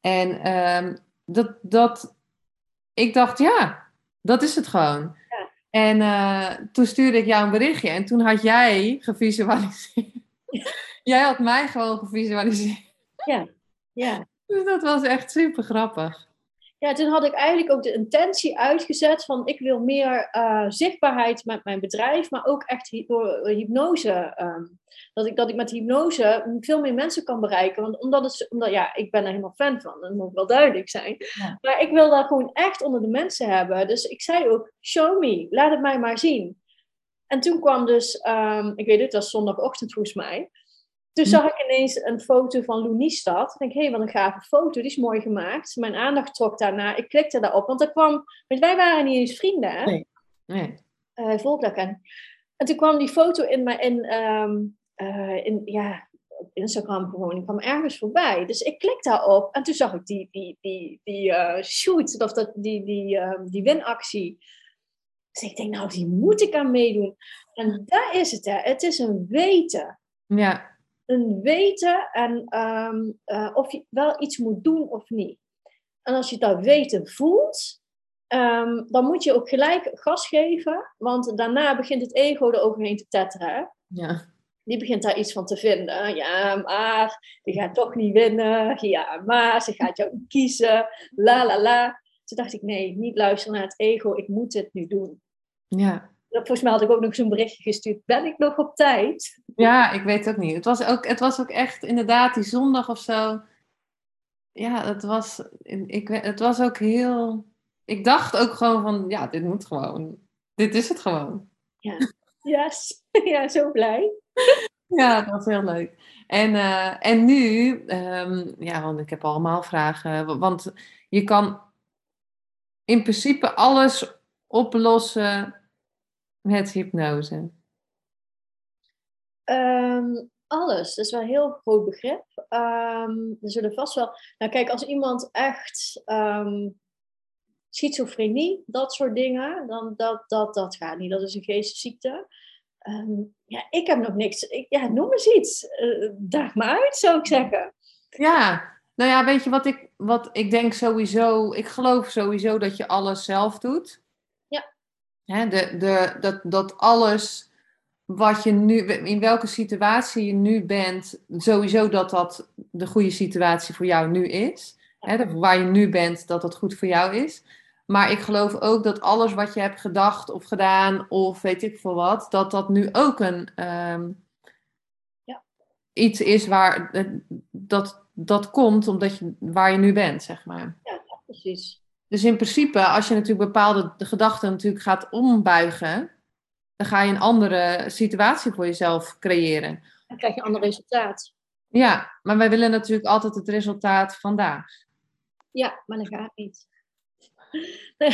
En um, dat, dat, ik dacht, ja, dat is het gewoon. Ja. En uh, toen stuurde ik jou een berichtje en toen had jij gevisualiseerd. Jij had mij gewoon gevisualiseerd. Ja, ja. Dus dat was echt super grappig. Ja, toen had ik eigenlijk ook de intentie uitgezet van ik wil meer uh, zichtbaarheid met mijn bedrijf, maar ook echt hy- door hypnose. Um, dat, ik, dat ik met hypnose veel meer mensen kan bereiken. Want omdat het, omdat, ja, ik ben er helemaal fan van, dat moet wel duidelijk zijn. Ja. Maar ik wil dat gewoon echt onder de mensen hebben. Dus ik zei ook, show me, laat het mij maar zien. En toen kwam dus, um, ik weet het, dat was zondagochtend volgens mij. Toen zag ik ineens een foto van Loenistad. Ik denk, hé, hey, wat een gave foto. Die is mooi gemaakt. Mijn aandacht trok daarna. Ik klikte daarop. Want er kwam... Want wij waren niet eens vrienden, hè? Nee. nee. Uh, volg dat en. En toen kwam die foto in, mijn, in, um, uh, in ja, op Instagram gewoon. Die kwam ergens voorbij. Dus ik klik daarop. En toen zag ik die, die, die, die uh, shoot. Of dat, die, die, uh, die winactie. Dus ik denk, nou, die moet ik aan meedoen. En daar is het, hè. Het is een weten. Ja. Een weten en um, uh, of je wel iets moet doen of niet. En als je dat weten voelt, um, dan moet je ook gelijk gas geven, want daarna begint het ego er overheen te tetteren. Ja. Die begint daar iets van te vinden. Ja, maar die gaat toch niet winnen. Ja, maar ze gaat jou niet kiezen. La la la. Toen dacht ik, nee, niet luisteren naar het ego. Ik moet dit nu doen. Ja. Volgens mij had ik ook nog zo'n berichtje gestuurd. Ben ik nog op tijd? Ja, ik weet het ook niet. Het was ook, het was ook echt inderdaad die zondag of zo. Ja, het was, ik, het was ook heel... Ik dacht ook gewoon van, ja, dit moet gewoon. Dit is het gewoon. Ja, yes. Ja, zo blij. Ja, dat was heel leuk. En, uh, en nu, um, ja, want ik heb allemaal vragen. Want je kan in principe alles oplossen met hypnose. Um, alles, dat is wel een heel groot begrip. Um, er zullen vast wel... Nou kijk, als iemand echt um, schizofrenie, dat soort dingen, dan dat, dat, dat gaat niet. Dat is een geestesziekte. Um, ja, ik heb nog niks... Ik, ja, noem eens iets. Uh, daag maar uit, zou ik zeggen. Ja, nou ja, weet je wat ik, wat ik denk sowieso... Ik geloof sowieso dat je alles zelf doet. Ja. Hè, de, de, dat, dat alles... Wat je nu, in welke situatie je nu bent, sowieso dat dat de goede situatie voor jou nu is. Hè, waar je nu bent, dat dat goed voor jou is. Maar ik geloof ook dat alles wat je hebt gedacht of gedaan, of weet ik veel wat, dat dat nu ook een um, ja. iets is waar dat, dat komt omdat je, waar je nu bent, zeg maar. Ja, precies. Dus in principe, als je natuurlijk bepaalde gedachten natuurlijk gaat ombuigen, dan ga je een andere situatie voor jezelf creëren. Dan krijg je een ander resultaat. Ja, maar wij willen natuurlijk altijd het resultaat vandaag. Ja, maar dat gaat niet. Nee.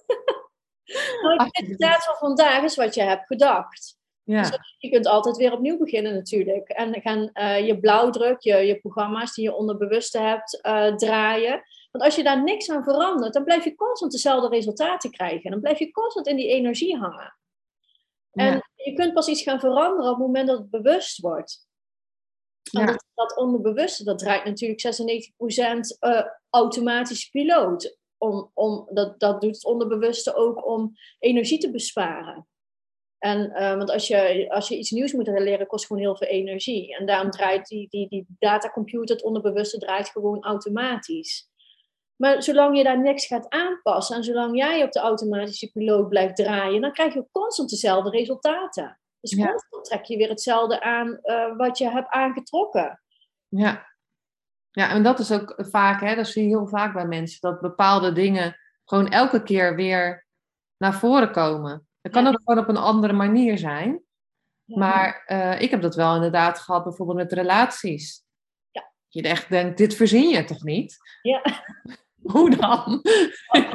Nou, het resultaat van vandaag is wat je hebt gedacht. Ja. Dus je kunt altijd weer opnieuw beginnen natuurlijk. En gaan uh, je blauwdruk, je, je programma's die je onderbewuste hebt, uh, draaien. Want als je daar niks aan verandert, dan blijf je constant dezelfde resultaten krijgen. Dan blijf je constant in die energie hangen. En ja. je kunt pas iets gaan veranderen op het moment dat het bewust wordt. En ja. dat, dat onderbewuste, dat draait natuurlijk zesennegentig procent uh, automatische piloot. Om, om, dat, dat doet het onderbewuste ook om energie te besparen. En, uh, want als je, als je iets nieuws moet leren, kost gewoon heel veel energie. En daarom draait die, die, die datacomputer, het onderbewuste, draait gewoon automatisch. Maar zolang je daar niks gaat aanpassen en zolang jij op de automatische piloot blijft draaien, dan krijg je constant dezelfde resultaten. Dus ja. constant trek je weer hetzelfde aan uh, wat je hebt aangetrokken. Ja. Ja, en dat is ook vaak, hè, dat zie je heel vaak bij mensen, dat bepaalde dingen gewoon elke keer weer naar voren komen. Het kan ja. ook gewoon op een andere manier zijn. Ja. Maar uh, ik heb dat wel inderdaad gehad, bijvoorbeeld met relaties. Ja. Je echt denkt, dit verzin je toch niet? Ja. Hoe dan? Ja.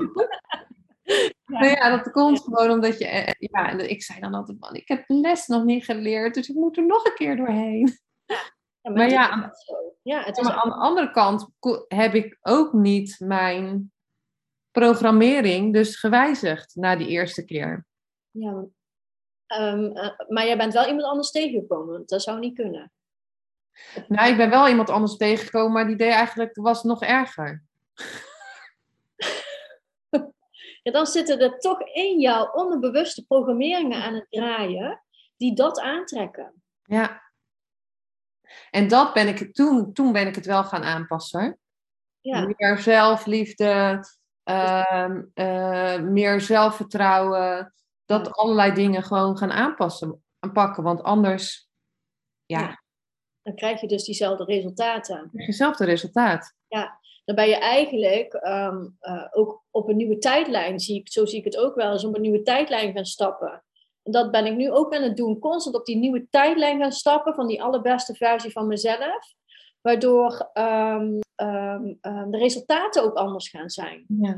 Nou ja, dat komt gewoon omdat je... Ja, ik zei dan altijd, man, ik heb de les nog niet geleerd, dus ik moet er nog een keer doorheen. Ja, maar, maar ja, aan, ja het is maar aan de andere kant heb ik ook niet mijn programmering dus gewijzigd na die eerste keer. Ja, um, uh, maar jij bent wel iemand anders tegengekomen. Dat zou niet kunnen. Nou, ik ben wel iemand anders tegengekomen, maar die deed eigenlijk was nog erger. Ja, dan zitten er toch in jouw onderbewuste programmeringen aan het draaien die dat aantrekken. Ja. En dat ben ik toen, toen ben ik het wel gaan aanpassen hoor. Ja. Meer zelfliefde, uh, uh, meer zelfvertrouwen. Dat Ja. allerlei dingen gewoon gaan aanpassen, aanpakken. Want anders, ja. ja. Dan krijg je dus diezelfde resultaten. Hetzelfde resultaat. Ja, dan ben je eigenlijk um, uh, ook op een nieuwe tijdlijn, zie ik, zo zie ik het ook wel eens, op een nieuwe tijdlijn gaan stappen. En dat ben ik nu ook aan het doen, constant op die nieuwe tijdlijn gaan stappen van die allerbeste versie van mezelf. Waardoor um, um, um, de resultaten ook anders gaan zijn. Ja.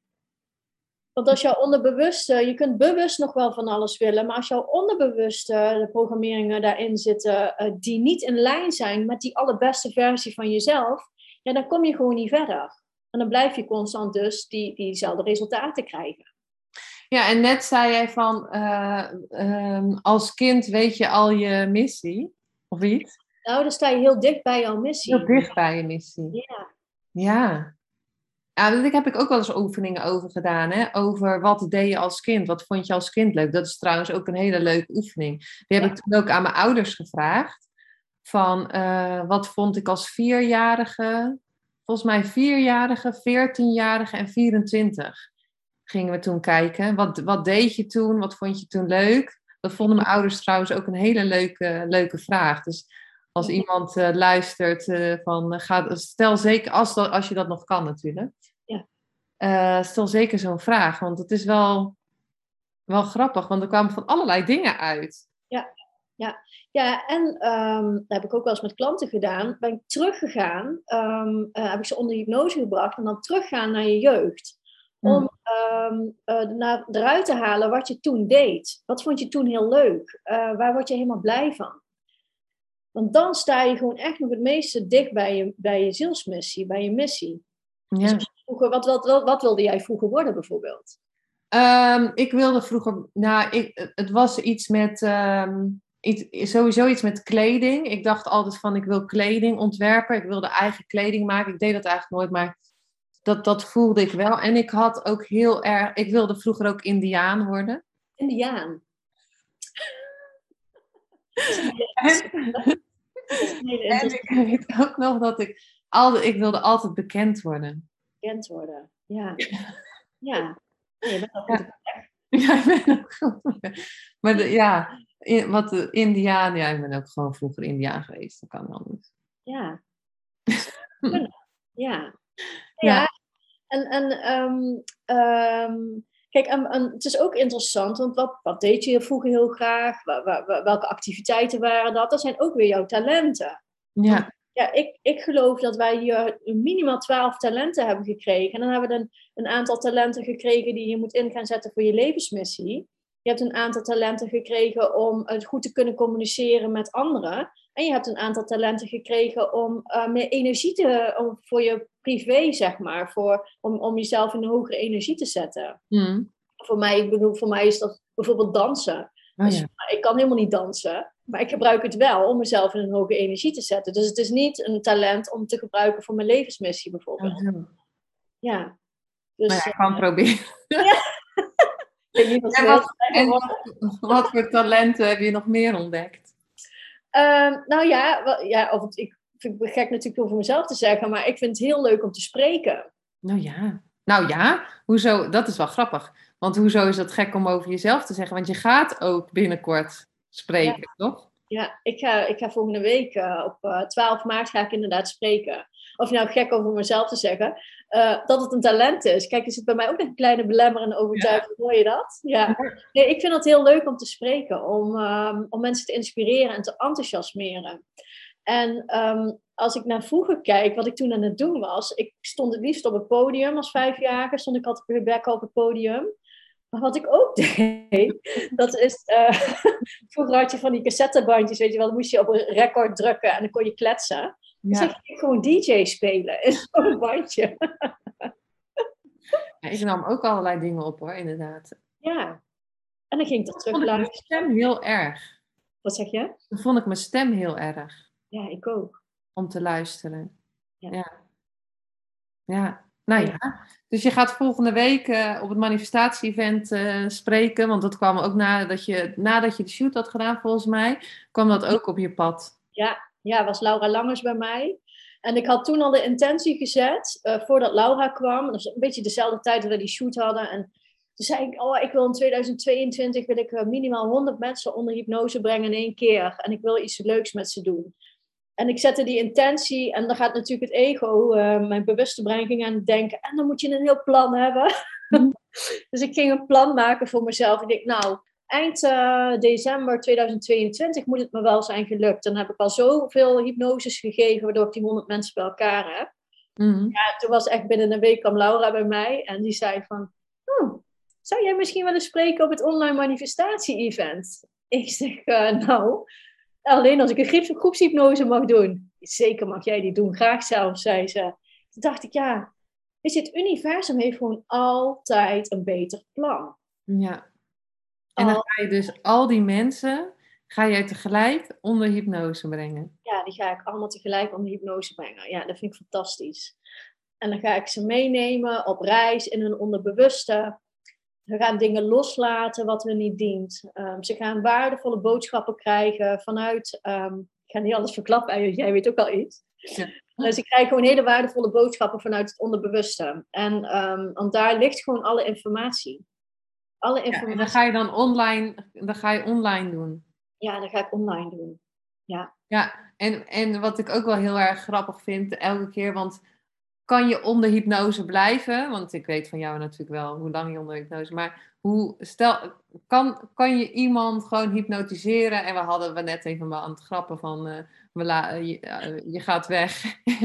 Want als jouw onderbewuste, je kunt bewust nog wel van alles willen, maar als jouw onderbewuste, de programmeringen daarin zitten, uh, die niet in lijn zijn met die allerbeste versie van jezelf, ja, dan kom je gewoon niet verder. En dan blijf je constant dus die, diezelfde resultaten krijgen. Ja, en net zei jij van, uh, um, als kind weet je al je missie, of iets? Nou, dan sta je heel dicht bij jouw missie. Heel dicht bij je missie. Ja. Ja. Ja, daar heb ik ook wel eens oefeningen over gedaan. Hè? Over wat deed je als kind? Wat vond je als kind leuk? Dat is trouwens ook een hele leuke oefening. Die heb ja. ik toen ook aan mijn ouders gevraagd. Van, uh, wat vond ik als vierjarige? Volgens mij vierjarige, veertienjarige en vierentwintig. Gingen we toen kijken. Wat, wat deed je toen? Wat vond je toen leuk? Dat vonden mijn ouders trouwens ook een hele leuke, leuke vraag. Dus als ja. iemand uh, luistert, uh, van, uh, ga, stel zeker, als, dat, als je dat nog kan natuurlijk. Ja. Uh, stel zeker zo'n vraag. Want het is wel, wel grappig. Want er kwamen van allerlei dingen uit. Ja, ja. ja en um, dat heb ik ook wel eens met klanten gedaan. Ben ik teruggegaan. Um, uh, heb ik ze onder hypnose gebracht. En dan teruggaan naar je jeugd. Om um, uh, naar, eruit te halen wat je toen deed. Wat vond je toen heel leuk? Uh, waar word je helemaal blij van? Want dan sta je gewoon echt nog het meeste dicht bij je, bij je zielsmissie, bij je missie. Ja. Dus vroeger, wat, wat, wat, wat wilde jij vroeger worden bijvoorbeeld? Um, ik wilde vroeger... Nou, ik, het was iets met... Um, iets, sowieso iets met kleding. Ik dacht altijd van, ik wil kleding ontwerpen. Ik wilde eigen kleding maken. Ik deed dat eigenlijk nooit, maar... Dat, dat voelde ik wel. En ik had ook heel erg... Ik wilde vroeger ook Indiaan worden. Indiaan? en, en ik weet ook nog dat ik... Altijd, ik wilde altijd bekend worden. Bekend worden, ja. Ja. Nee, je bent ook goed op weg. Ja, ik ben ook goed op weg. Maar de, ja, in, wat de Indiaan... Ja, ik ben ook gewoon vroeger Indiaan geweest. Dat kan wel niet. Ja. ja. Ja, ja. en, en um, um, kijk, um, um, het is ook interessant, want wat, wat deed je vroeger heel graag? Wa, wa, wa, welke activiteiten waren dat? Dat zijn ook weer jouw talenten. Ja. Want, ja, ik, ik geloof dat wij hier minimaal twaalf talenten hebben gekregen. En dan hebben we een, een aantal talenten gekregen die je moet in gaan zetten voor je levensmissie. Je hebt een aantal talenten gekregen om het goed te kunnen communiceren met anderen. En je hebt een aantal talenten gekregen om uh, meer energie te, om, voor je privé, zeg maar. Voor, om, om jezelf in een hogere energie te zetten. Mm. Voor mij, ik bedoel, voor mij is dat bijvoorbeeld dansen. Oh, dus, ja. Ik kan helemaal niet dansen. Maar ik gebruik het wel om mezelf in een hoge energie te zetten. Dus het is niet een talent om te gebruiken voor mijn levensmissie bijvoorbeeld. Oh, ja. Dus, maar ja, ik kan uh, proberen. Ja. En, wat, en wat, wat voor talenten heb je nog meer ontdekt? Uh, nou ja, wel, ja of het, ik vind het gek natuurlijk over mezelf te zeggen, maar ik vind het heel leuk om te spreken. Nou ja, nou ja, hoezo? Dat is wel grappig. Want hoezo is dat gek om over jezelf te zeggen? Want je gaat ook binnenkort spreken, ja. toch? Ja, ik ga, ik ga volgende week uh, op uh, twaalf maart ga ik inderdaad spreken. Of nou gek over mezelf te zeggen, uh, dat het een talent is. Kijk, er zit bij mij ook een kleine belemmerende overtuiging. Ja. Hoor je dat? Ja. Nee, ik vind het heel leuk om te spreken. Om, um, om mensen te inspireren en te enthousiasmeren. En um, als ik naar vroeger kijk, wat ik toen aan het doen was. Ik stond het liefst op het podium als vijfjarige. Stond ik altijd Rebecca op het podium. Maar wat ik ook deed, dat is... Uh, vroeger had je van die cassettebandjes, weet je wel. Dan moest je op een record drukken en dan kon je kletsen. Dan ja. zeg ik gewoon D J spelen in zo'n bandje. Ja, ik nam ook allerlei dingen op hoor, inderdaad. Ja. En dan ging ik dat terug luisteren. Mijn stem heel erg. Wat zeg je? Dan vond ik mijn stem heel erg. Ja, ik ook. Om te luisteren. Ja. Ja. Ja. Nou ja, dus je gaat volgende week uh, op het manifestatie-event uh, spreken, want dat kwam ook nadat je, nadat je de shoot had gedaan, volgens mij, kwam dat ook op je pad. Ja, ja, was Laura Langers bij mij. En ik had toen al de intentie gezet, uh, voordat Laura kwam, dat was een beetje dezelfde tijd dat we die shoot hadden. En toen zei ik, oh, ik wil in tweeduizend tweeëntwintig wil ik uh, minimaal honderd mensen onder hypnose brengen in één keer. En ik wil iets leuks met ze doen. En ik zette die intentie en dan gaat natuurlijk het ego, uh, mijn bewuste brein ging aan het denken. En dan moet je een heel plan hebben. Mm. Dus ik ging een plan maken voor mezelf. Ik dacht, nou, eind uh, december tweeduizend tweeëntwintig moet het me wel zijn gelukt. Dan heb ik al zoveel hypnoses gegeven, waardoor ik die honderd mensen bij elkaar heb. Mm. Ja, toen was echt binnen een week kwam Laura bij mij en die zei van, oh, zou jij misschien willen spreken op het online manifestatie-event? Ik zeg, uh, nou... Alleen als ik een groepshypnose mag doen. Zeker mag jij die doen, graag zelf, zei ze. Toen dacht ik, ja, is het universum heeft gewoon altijd een beter plan. Ja. En dan ga je dus al die mensen, ga jij tegelijk onder hypnose brengen? Ja, die ga ik allemaal tegelijk onder hypnose brengen. Ja, dat vind ik fantastisch. En dan ga ik ze meenemen op reis in hun onderbewuste. We gaan dingen loslaten wat we niet dient. Um, ze gaan waardevolle boodschappen krijgen vanuit... Um, ik ga niet alles verklappen, jij weet ook al iets. Ja. Dus ze krijgen gewoon hele waardevolle boodschappen vanuit het onderbewuste. En um, want daar ligt gewoon alle informatie. Alle informatie. Ja, en dan ga je dan online, dan ga je online doen? Ja, dan ga ik online doen. Ja, ja en, en wat ik ook wel heel erg grappig vind, elke keer... want kan je onder hypnose blijven? Want ik weet van jou natuurlijk wel hoe lang je onder hypnose... maar hoe, stel, kan, kan je iemand gewoon hypnotiseren? En we hadden we net even maar aan het grappen van... Uh, we la, je, uh, je gaat weg.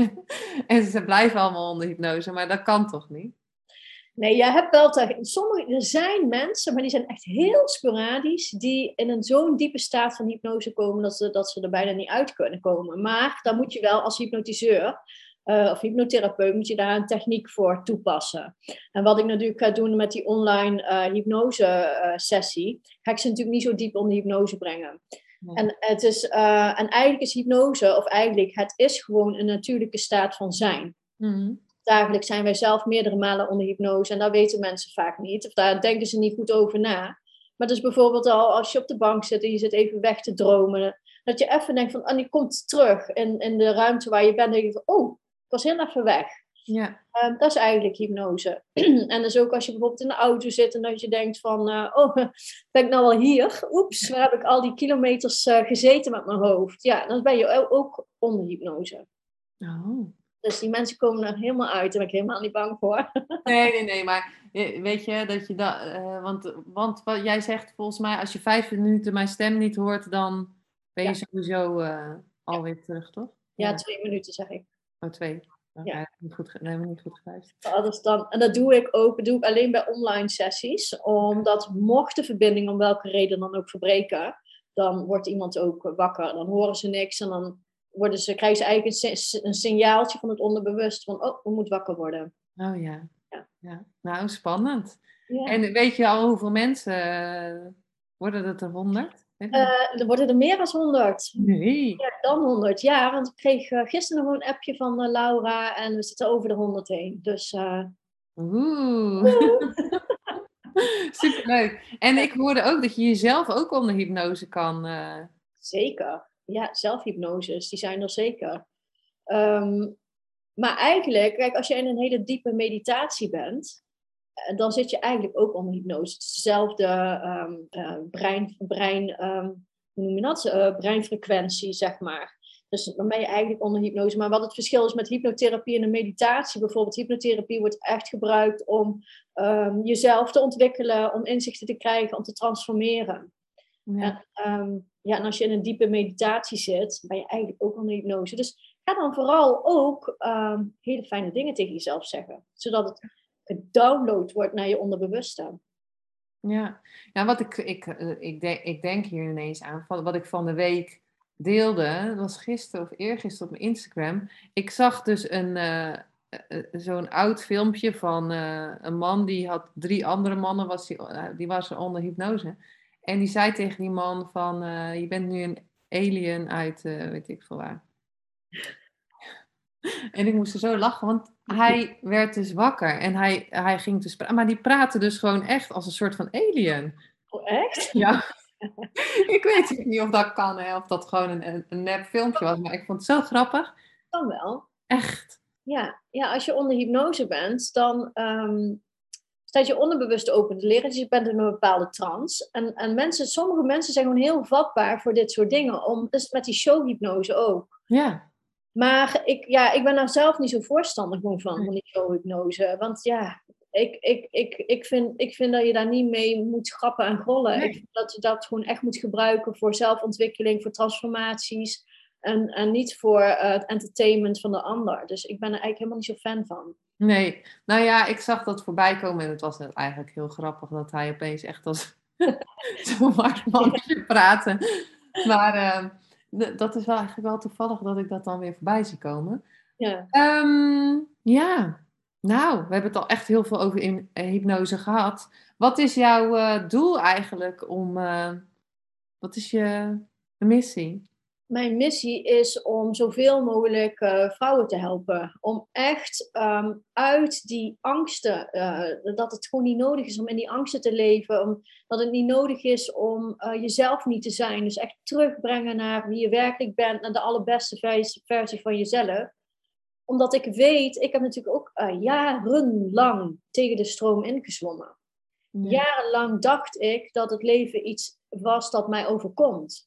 En ze blijven allemaal onder hypnose. Maar dat kan toch niet? Nee, je hebt wel... Te, sommige, er zijn mensen, maar die zijn echt heel sporadisch... die in een zo'n diepe staat van hypnose komen... dat ze, dat ze er bijna niet uit kunnen komen. Maar dan moet je wel als hypnotiseur... Uh, of hypnotherapeut, moet je daar een techniek voor toepassen. En wat ik natuurlijk ga doen met die online uh, hypnose uh, sessie, ga ik ze natuurlijk niet zo diep onder hypnose brengen. Nee. En, het is, uh, en eigenlijk is hypnose, of eigenlijk, het is gewoon een natuurlijke staat van zijn. Mm-hmm. Dagelijks zijn wij zelf meerdere malen onder hypnose en dat weten mensen vaak niet. Of daar denken ze niet goed over na. Maar dus bijvoorbeeld al als je op de bank zit en je zit even weg te dromen, dat je even denkt van, en die komt terug in, in de ruimte waar je bent, denk je van, oh, ik was heel even weg. Ja. Um, dat is eigenlijk hypnose. En dus ook als je bijvoorbeeld in de auto zit en dat je denkt van... Uh, oh, ben ik nou al hier? Oeps, waar heb ik al die kilometers uh, gezeten met mijn hoofd? Ja, dan ben je ook onder hypnose. Oh. Dus die mensen komen er helemaal uit. Daar ben ik helemaal niet bang voor. Nee, nee, nee. Maar weet je, dat je dat... Uh, want, want wat jij zegt volgens mij... Als je vijf minuten mijn stem niet hoort... dan ben je ja. sowieso uh, alweer ja. terug, toch? Ja, ja, twee minuten zeg ik. Oh, twee. Okay, ja. niet goed, nee, niet goed geluisterd. Dat dan, en dat doe ik ook, dat doe ik alleen bij online sessies. Omdat mocht de verbinding om welke reden dan ook verbreken, dan wordt iemand ook wakker. Dan horen ze niks en dan worden ze, krijgen ze eigenlijk een, een signaaltje van het onderbewust van, oh, we moeten wakker worden. Oh ja. ja. ja. Nou, spannend. Ja. En weet je al hoeveel mensen, uh, worden het er honderd? Uh, er worden er meer dan honderd. Nee. Ja, dan honderd, ja. Want ik kreeg uh, gisteren nog een appje van uh, Laura en we zitten over de honderd heen. Dus, uh... Oeh. Superleuk. En ik hoorde ook dat je jezelf ook onder hypnose kan... Uh... Zeker. Ja, zelfhypnoses, die zijn er zeker. Um, maar eigenlijk, kijk, als je in een hele diepe meditatie bent... dan zit je eigenlijk ook onder hypnose. Het is dezelfde um, uh, brein, brein, um, hoe noem je dat? Uh, breinfrequentie, zeg maar. Dus dan ben je eigenlijk onder hypnose. Maar wat het verschil is met hypnotherapie en een meditatie, bijvoorbeeld hypnotherapie wordt echt gebruikt om um, jezelf te ontwikkelen, om inzichten te krijgen, om te transformeren. Ja. En, um, ja, en als je in een diepe meditatie zit, ben je eigenlijk ook onder hypnose. Dus ga dan vooral ook um, hele fijne dingen tegen jezelf zeggen. Zodat het gedownload wordt naar je onderbewuste. Ja, ja wat ik, ik, ik, denk, ik denk hier ineens aan, van wat ik van de week deelde, dat was gisteren of eergisteren op mijn Instagram. Ik zag dus een, uh, uh, zo'n oud filmpje van uh, een man die had drie andere mannen, was die, uh, die was onder hypnose. En die zei tegen die man van, uh, je bent nu een alien uit, uh, weet ik veel waar. En ik moest er zo lachen, want hij werd dus wakker en hij, hij ging dus praten. Maar die praatte dus gewoon echt als een soort van alien. Oh, echt? Ja. Ik weet niet of dat kan, hè, of dat gewoon een, een nep filmpje was. Maar ik vond het zo grappig. Kan wel. Echt. Ja, ja, als je onder hypnose bent, dan um, staat je onderbewust open te leren. Dus je bent in een bepaalde trance. En, en mensen, sommige mensen zijn gewoon heel vatbaar voor dit soort dingen. Om, dus met die showhypnose ook. Ja. Maar ik, ja, ik ben daar zelf niet zo voorstander gewoon van, van die showhypnose. Want ja, ik, ik, ik, ik, vind, ik vind dat je daar niet mee moet grappen en grollen. Nee. Ik vind dat je dat gewoon echt moet gebruiken voor zelfontwikkeling, voor transformaties. En, en niet voor uh, het entertainment van de ander. Dus ik ben er eigenlijk helemaal niet zo fan van. Nee, nou ja, ik zag dat voorbij komen en het was eigenlijk heel grappig dat hij opeens echt als zo'n hard mannetje praatte. Maar uh, d- dat is wel eigenlijk wel toevallig dat ik dat dan weer voorbij zie komen. Ja. Um, ja, nou, we hebben het al echt heel veel over in, uh, hypnose gehad. Wat is jouw uh, doel eigenlijk om, uh, wat is je missie? Mijn missie is om zoveel mogelijk uh, vrouwen te helpen. Om echt um, uit die angsten, uh, dat het gewoon niet nodig is om in die angsten te leven. Om, dat het niet nodig is om uh, jezelf niet te zijn. Dus echt terugbrengen naar wie je werkelijk bent. Naar de allerbeste versie, versie van jezelf. Omdat ik weet, ik heb natuurlijk ook uh, jarenlang tegen de stroom ingezwommen. Ja. Jarenlang dacht ik dat het leven iets was dat mij overkomt.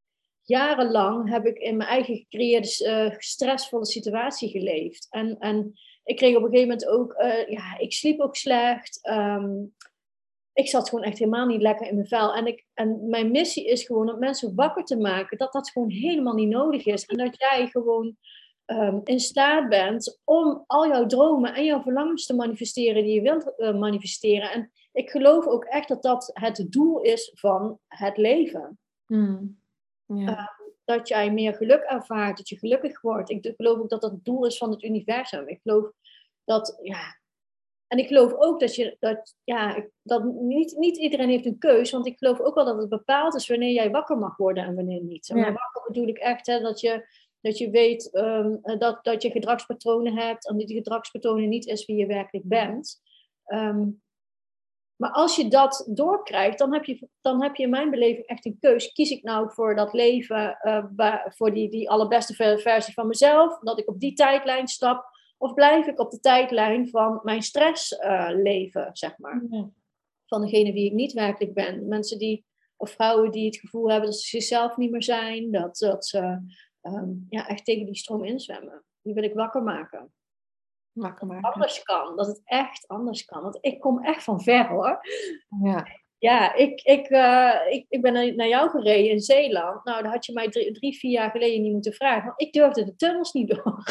Jarenlang heb ik in mijn eigen gecreëerde uh, stressvolle situatie geleefd. En, en ik kreeg op een gegeven moment ook, uh, ja, ik sliep ook slecht. Um, ik zat gewoon echt helemaal niet lekker in mijn vel. En, ik, en mijn missie is gewoon om mensen wakker te maken dat dat gewoon helemaal niet nodig is. En dat jij gewoon um, in staat bent om al jouw dromen en jouw verlangens te manifesteren die je wilt uh, manifesteren. En ik geloof ook echt dat dat het doel is van het leven. Hmm. Ja. Uh, dat jij meer geluk ervaart, dat je gelukkig wordt. Ik geloof ook dat dat het doel is van het universum. Ik geloof dat, ja... En ik geloof ook dat je, dat, ja, dat niet, niet iedereen heeft een keus, want ik geloof ook wel dat het bepaald is wanneer jij wakker mag worden en wanneer niet. En Ja. wakker bedoel ik echt, hè, dat je, dat je weet um, dat, dat je gedragspatronen hebt en dat die gedragspatronen niet is wie je werkelijk bent. Um, Maar als je dat doorkrijgt, dan heb je, dan heb je in mijn beleving echt een keus. Kies ik nou voor dat leven, uh, voor die, die allerbeste versie van mezelf, dat ik op die tijdlijn stap, of blijf ik op de tijdlijn van mijn stressleven, uh, zeg maar. Ja. Van degene wie ik niet werkelijk ben. Mensen die, of vrouwen die het gevoel hebben dat ze zichzelf niet meer zijn, dat, dat ze um, ja, echt tegen die stroom inzwemmen. Die wil ik wakker maken. Wakker maken. Dat het anders kan, dat het echt anders kan. Want ik kom echt van ver, hoor. Ja, ja ik, ik, uh, ik, ik ben naar jou gereden in Zeeland. Nou, dan had je mij drie, drie vier jaar geleden niet moeten vragen. Want ik durfde de tunnels niet door.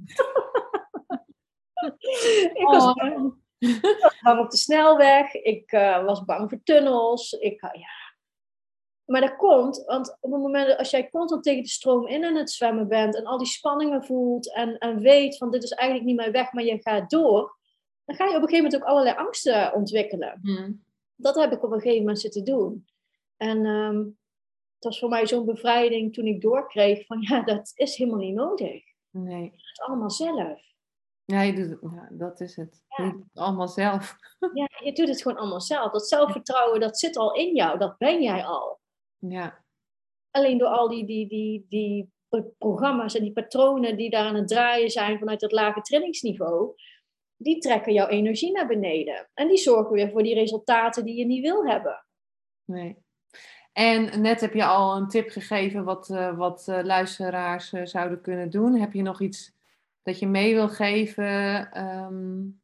ik, was oh. bang, ik was bang op de snelweg. Ik uh, was bang voor tunnels. Ik, uh, ja. Maar dat komt, want op het moment dat als jij constant tegen de stroom in aan het zwemmen bent en al die spanningen voelt en, en weet van dit is eigenlijk niet mijn weg, maar je gaat door, dan ga je op een gegeven moment ook allerlei angsten ontwikkelen. Hmm. Dat heb ik op een gegeven moment zitten doen. En um, het was voor mij zo'n bevrijding toen ik doorkreeg van ja, dat is helemaal niet nodig. Nee. Je doet het allemaal zelf. Ja, je doet het, ja, dat is het. Ja. Je doet het allemaal zelf. Ja, je doet het gewoon allemaal zelf. Dat zelfvertrouwen, dat zit al in jou. Dat ben jij al. Ja. Alleen door al die, die, die, die programma's en die patronen die daar aan het draaien zijn vanuit het lage trillingsniveau, die trekken jouw energie naar beneden. En die zorgen weer voor die resultaten die je niet wil hebben. Nee. En net heb je al een tip gegeven wat, uh, wat uh, luisteraars uh, zouden kunnen doen. Heb je nog iets dat je mee wil geven? Um...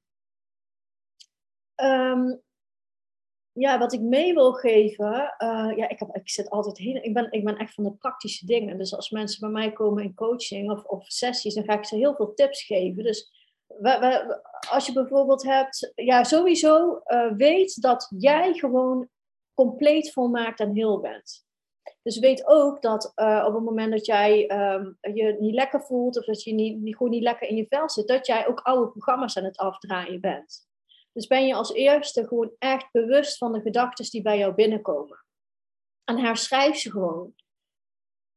Um, ja, wat ik mee wil geven... Uh, ja, ik, heb, ik, zit altijd heel, ik, ben, ik ben echt van de praktische dingen. Dus als mensen bij mij komen in coaching of, of sessies, dan ga ik ze heel veel tips geven. Dus we, we, als je bijvoorbeeld hebt... Ja, sowieso uh, weet dat jij gewoon compleet volmaakt en heel bent. Dus weet ook dat uh, op het moment dat jij um, je niet lekker voelt of dat je niet, niet, gewoon niet lekker in je vel zit, dat jij ook oude programma's aan het afdraaien bent. Dus ben je als eerste gewoon echt bewust van de gedachten die bij jou binnenkomen. En herschrijf ze gewoon.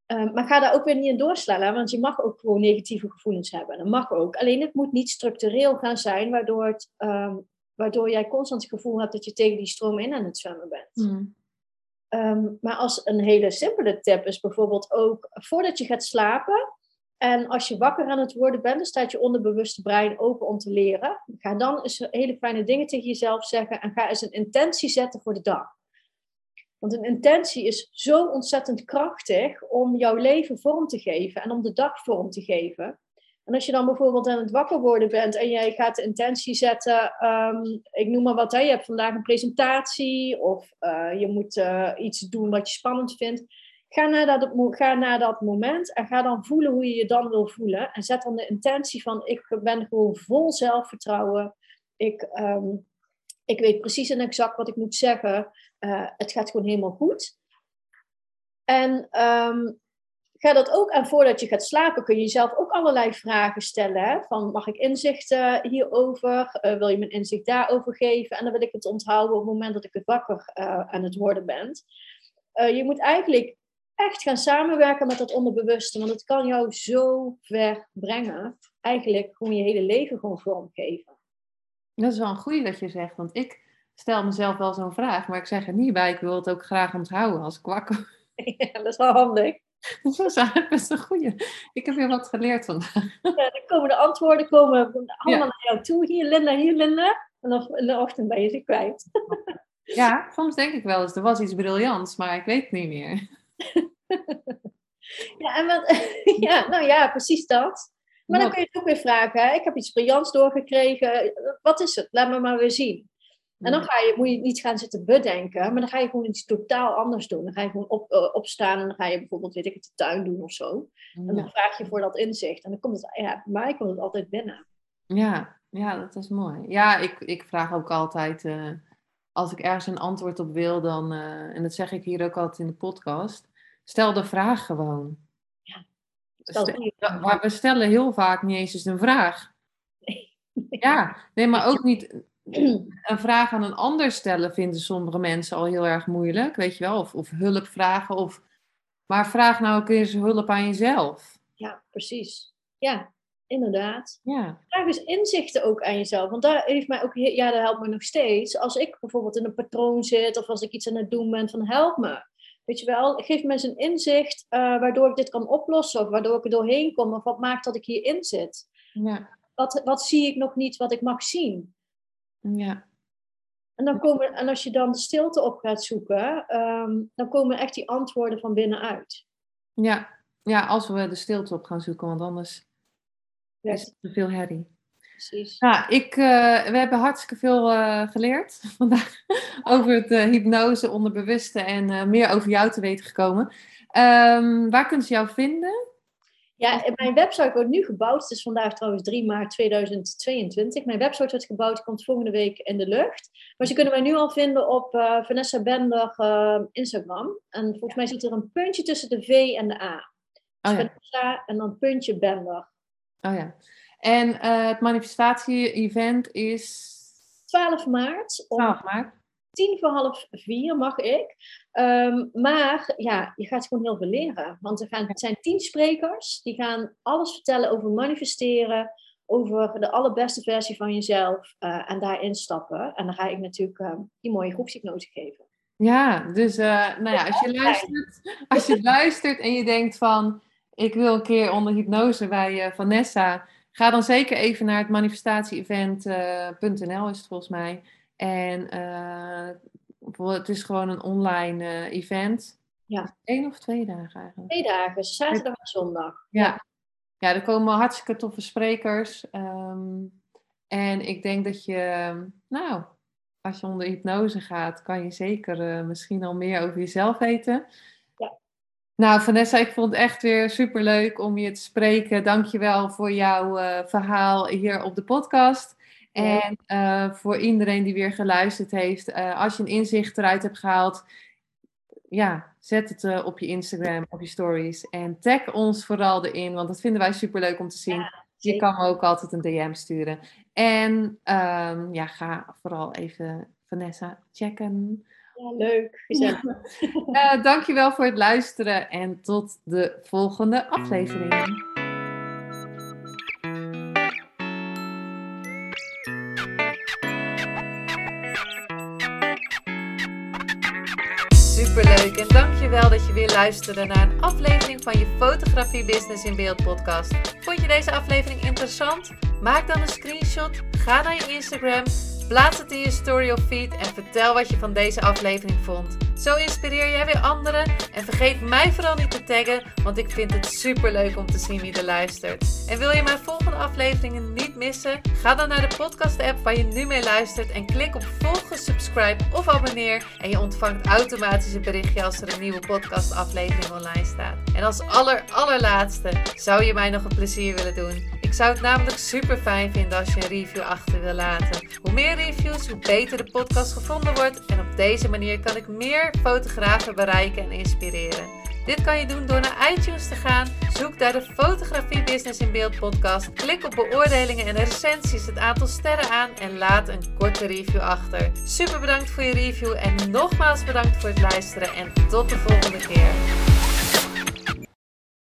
Uh, maar ga daar ook weer niet in doorslaan, hè? Want je mag ook gewoon negatieve gevoelens hebben. Dat mag ook. Alleen het moet niet structureel gaan zijn, waardoor, het, um, waardoor jij constant het gevoel hebt dat je tegen die stroom in aan het zwemmen bent. Mm. Um, maar als een hele simpele tip is bijvoorbeeld ook, voordat je gaat slapen, en als je wakker aan het worden bent, dan staat je onderbewuste brein open om te leren. Ga dan eens hele fijne dingen tegen jezelf zeggen en ga eens een intentie zetten voor de dag. Want een intentie is zo ontzettend krachtig om jouw leven vorm te geven en om de dag vorm te geven. En als je dan bijvoorbeeld aan het wakker worden bent en jij gaat de intentie zetten, um, ik noem maar wat, hè, je hebt vandaag een presentatie of uh, je moet uh, iets doen wat je spannend vindt. Ga naar, dat, ga naar dat moment en ga dan voelen hoe je je dan wil voelen. En zet dan de intentie van, ik ben gewoon vol zelfvertrouwen. Ik, um, ik weet precies en exact wat ik moet zeggen. Uh, het gaat gewoon helemaal goed. En um, ga dat ook, en voordat je gaat slapen kun je jezelf ook allerlei vragen stellen. Hè? Van, mag ik inzichten hierover? Uh, wil je me een inzicht daarover geven? En dan wil ik het onthouden op het moment dat ik het wakker uh, aan het worden ben. Uh, je moet eigenlijk echt gaan samenwerken met dat onderbewuste. Want het kan jou zo ver brengen. Eigenlijk gewoon je hele leven gewoon vormgeven. Dat is wel een goeie dat je zegt. Want ik stel mezelf wel zo'n vraag. Maar ik zeg er niet bij. Ik wil het ook graag onthouden als ik wakker. Ja, dat is wel handig. Dat is eigenlijk best een goeie. Ik heb weer wat geleerd vandaag. Ja, dan komen de antwoorden komen allemaal ja. naar jou toe. Hier Linda, hier Linda. En dan in de ochtend ben je ze kwijt. Ja, soms denk ik wel eens, er was iets briljants, maar ik weet het niet meer. Ja, en wat, ja, nou ja, precies dat. Maar dan kun je het ook weer vragen, hè? Ik heb iets briljants doorgekregen. Wat is het? Laat me maar weer zien. En dan ga je, moet je niet gaan zitten bedenken, maar dan ga je gewoon iets totaal anders doen. Dan ga je gewoon op, uh, opstaan en dan ga je bijvoorbeeld, weet ik het, de tuin doen of zo. En dan vraag je voor dat inzicht. En dan komt het, ja, bij mij komt het altijd binnen. Ja, ja, dat is mooi. Ja, ik, ik vraag ook altijd, uh, als ik ergens een antwoord op wil, dan, uh, en dat zeg ik hier ook altijd in de podcast, stel de vraag gewoon. Ja. Stel, maar we stellen heel vaak niet eens eens een vraag. Nee. Ja, nee, maar ook niet een vraag aan een ander stellen vinden sommige mensen al heel erg moeilijk, weet je wel, of, of hulp vragen, of, maar vraag nou ook eens hulp aan jezelf. Ja, precies. Ja, inderdaad. Ja. Vraag eens inzichten ook aan jezelf, want daar heeft mij ook, ja, dat helpt me nog steeds. Als ik bijvoorbeeld in een patroon zit, of als ik iets aan het doen ben, van help me. Weet je wel, geef me eens een inzicht uh, waardoor ik dit kan oplossen, of waardoor ik er doorheen kom, of wat maakt dat ik hierin zit. Ja. Wat, wat zie ik nog niet wat ik mag zien? Ja. En, dan komen, en als je dan de stilte op gaat zoeken, um, dan komen echt die antwoorden van binnenuit. Ja. Ja, als we de stilte op gaan zoeken, want anders ja. is het te veel herrie. Precies. Nou, ik, uh, we hebben hartstikke veel uh, geleerd vandaag over het uh, hypnose, onderbewuste en uh, meer over jou te weten gekomen. Um, waar kunnen ze jou vinden? Ja, mijn website wordt nu gebouwd. Het is vandaag trouwens drie maart tweeduizend tweeëntwintig. Mijn website wordt gebouwd, komt volgende week in de lucht. Maar ze kunnen mij nu al vinden op uh, Vanessa Bender uh, Instagram. En volgens mij zit er een puntje tussen de V en de A. Dus oh, ja. Vanessa en dan puntje Bender. Oh ja. En uh, het manifestatie-event is... twaalf maart. Om twaalf maart. Tien voor half vier mag ik. Um, maar ja, je gaat gewoon heel veel leren. Want er gaan, het zijn tien sprekers. Die gaan alles vertellen over manifesteren. Over de allerbeste versie van jezelf. Uh, en daarin stappen. En dan ga ik natuurlijk uh, die mooie groepshypnose geven. Ja, dus uh, nou ja, als je luistert, als je luistert en je denkt van... Ik wil een keer onder hypnose bij uh, Vanessa. Ga dan zeker even naar het manifestatie-event punt n l is het volgens mij. En uh, het is gewoon een online uh, event. Ja. Eén of twee dagen eigenlijk? Twee dagen, zaterdag en zondag. Ja. Ja, er komen hartstikke toffe sprekers. Um, en ik denk dat je, nou, als je onder hypnose gaat, kan je zeker uh, misschien al meer over jezelf weten. Ja. Nou, Vanessa, ik vond het echt weer superleuk om je te spreken. Dank je wel voor jouw uh, verhaal hier op de podcast. Ja. En uh, voor iedereen die weer geluisterd heeft, uh, als je een inzicht eruit hebt gehaald, ja, zet het uh, op je Instagram, op je stories. En tag ons vooral erin, want dat vinden wij superleuk om te zien. Ja, je kan me ook altijd een D M sturen. En um, ja, ga vooral even Vanessa checken Ja, leuk. Gezellig. Uh, dankjewel voor het luisteren en tot de volgende aflevering. Superleuk en dankjewel dat je weer luisterde naar een aflevering van je Fotografie Business in Beeld podcast. Vond je deze aflevering interessant? Maak dan een screenshot, ga naar je Instagram, plaats het in je story of feed en vertel wat je van deze aflevering vond. Zo inspireer jij weer anderen en vergeet mij vooral niet te taggen, want ik vind het superleuk om te zien wie er luistert. En wil je mijn volgende afleveringen niet missen? Ga dan naar de podcast app waar je nu mee luistert en klik op volgen, subscribe of abonneer en je ontvangt automatisch een berichtje als er een nieuwe podcast aflevering online staat. En als aller allerlaatste zou je mij nog een plezier willen doen. Ik zou het namelijk super fijn vinden als je een review achter wil laten. Hoe meer reviews, hoe beter de podcast gevonden wordt en op deze manier kan ik meer fotografen bereiken en inspireren. Dit kan je doen door naar iTunes te gaan, zoek daar de Fotografie Business in Beeld podcast, klik op beoordelingen en recensies, het aantal sterren aan en laat een korte review achter. Super bedankt voor je review en nogmaals bedankt voor het luisteren en tot de volgende keer.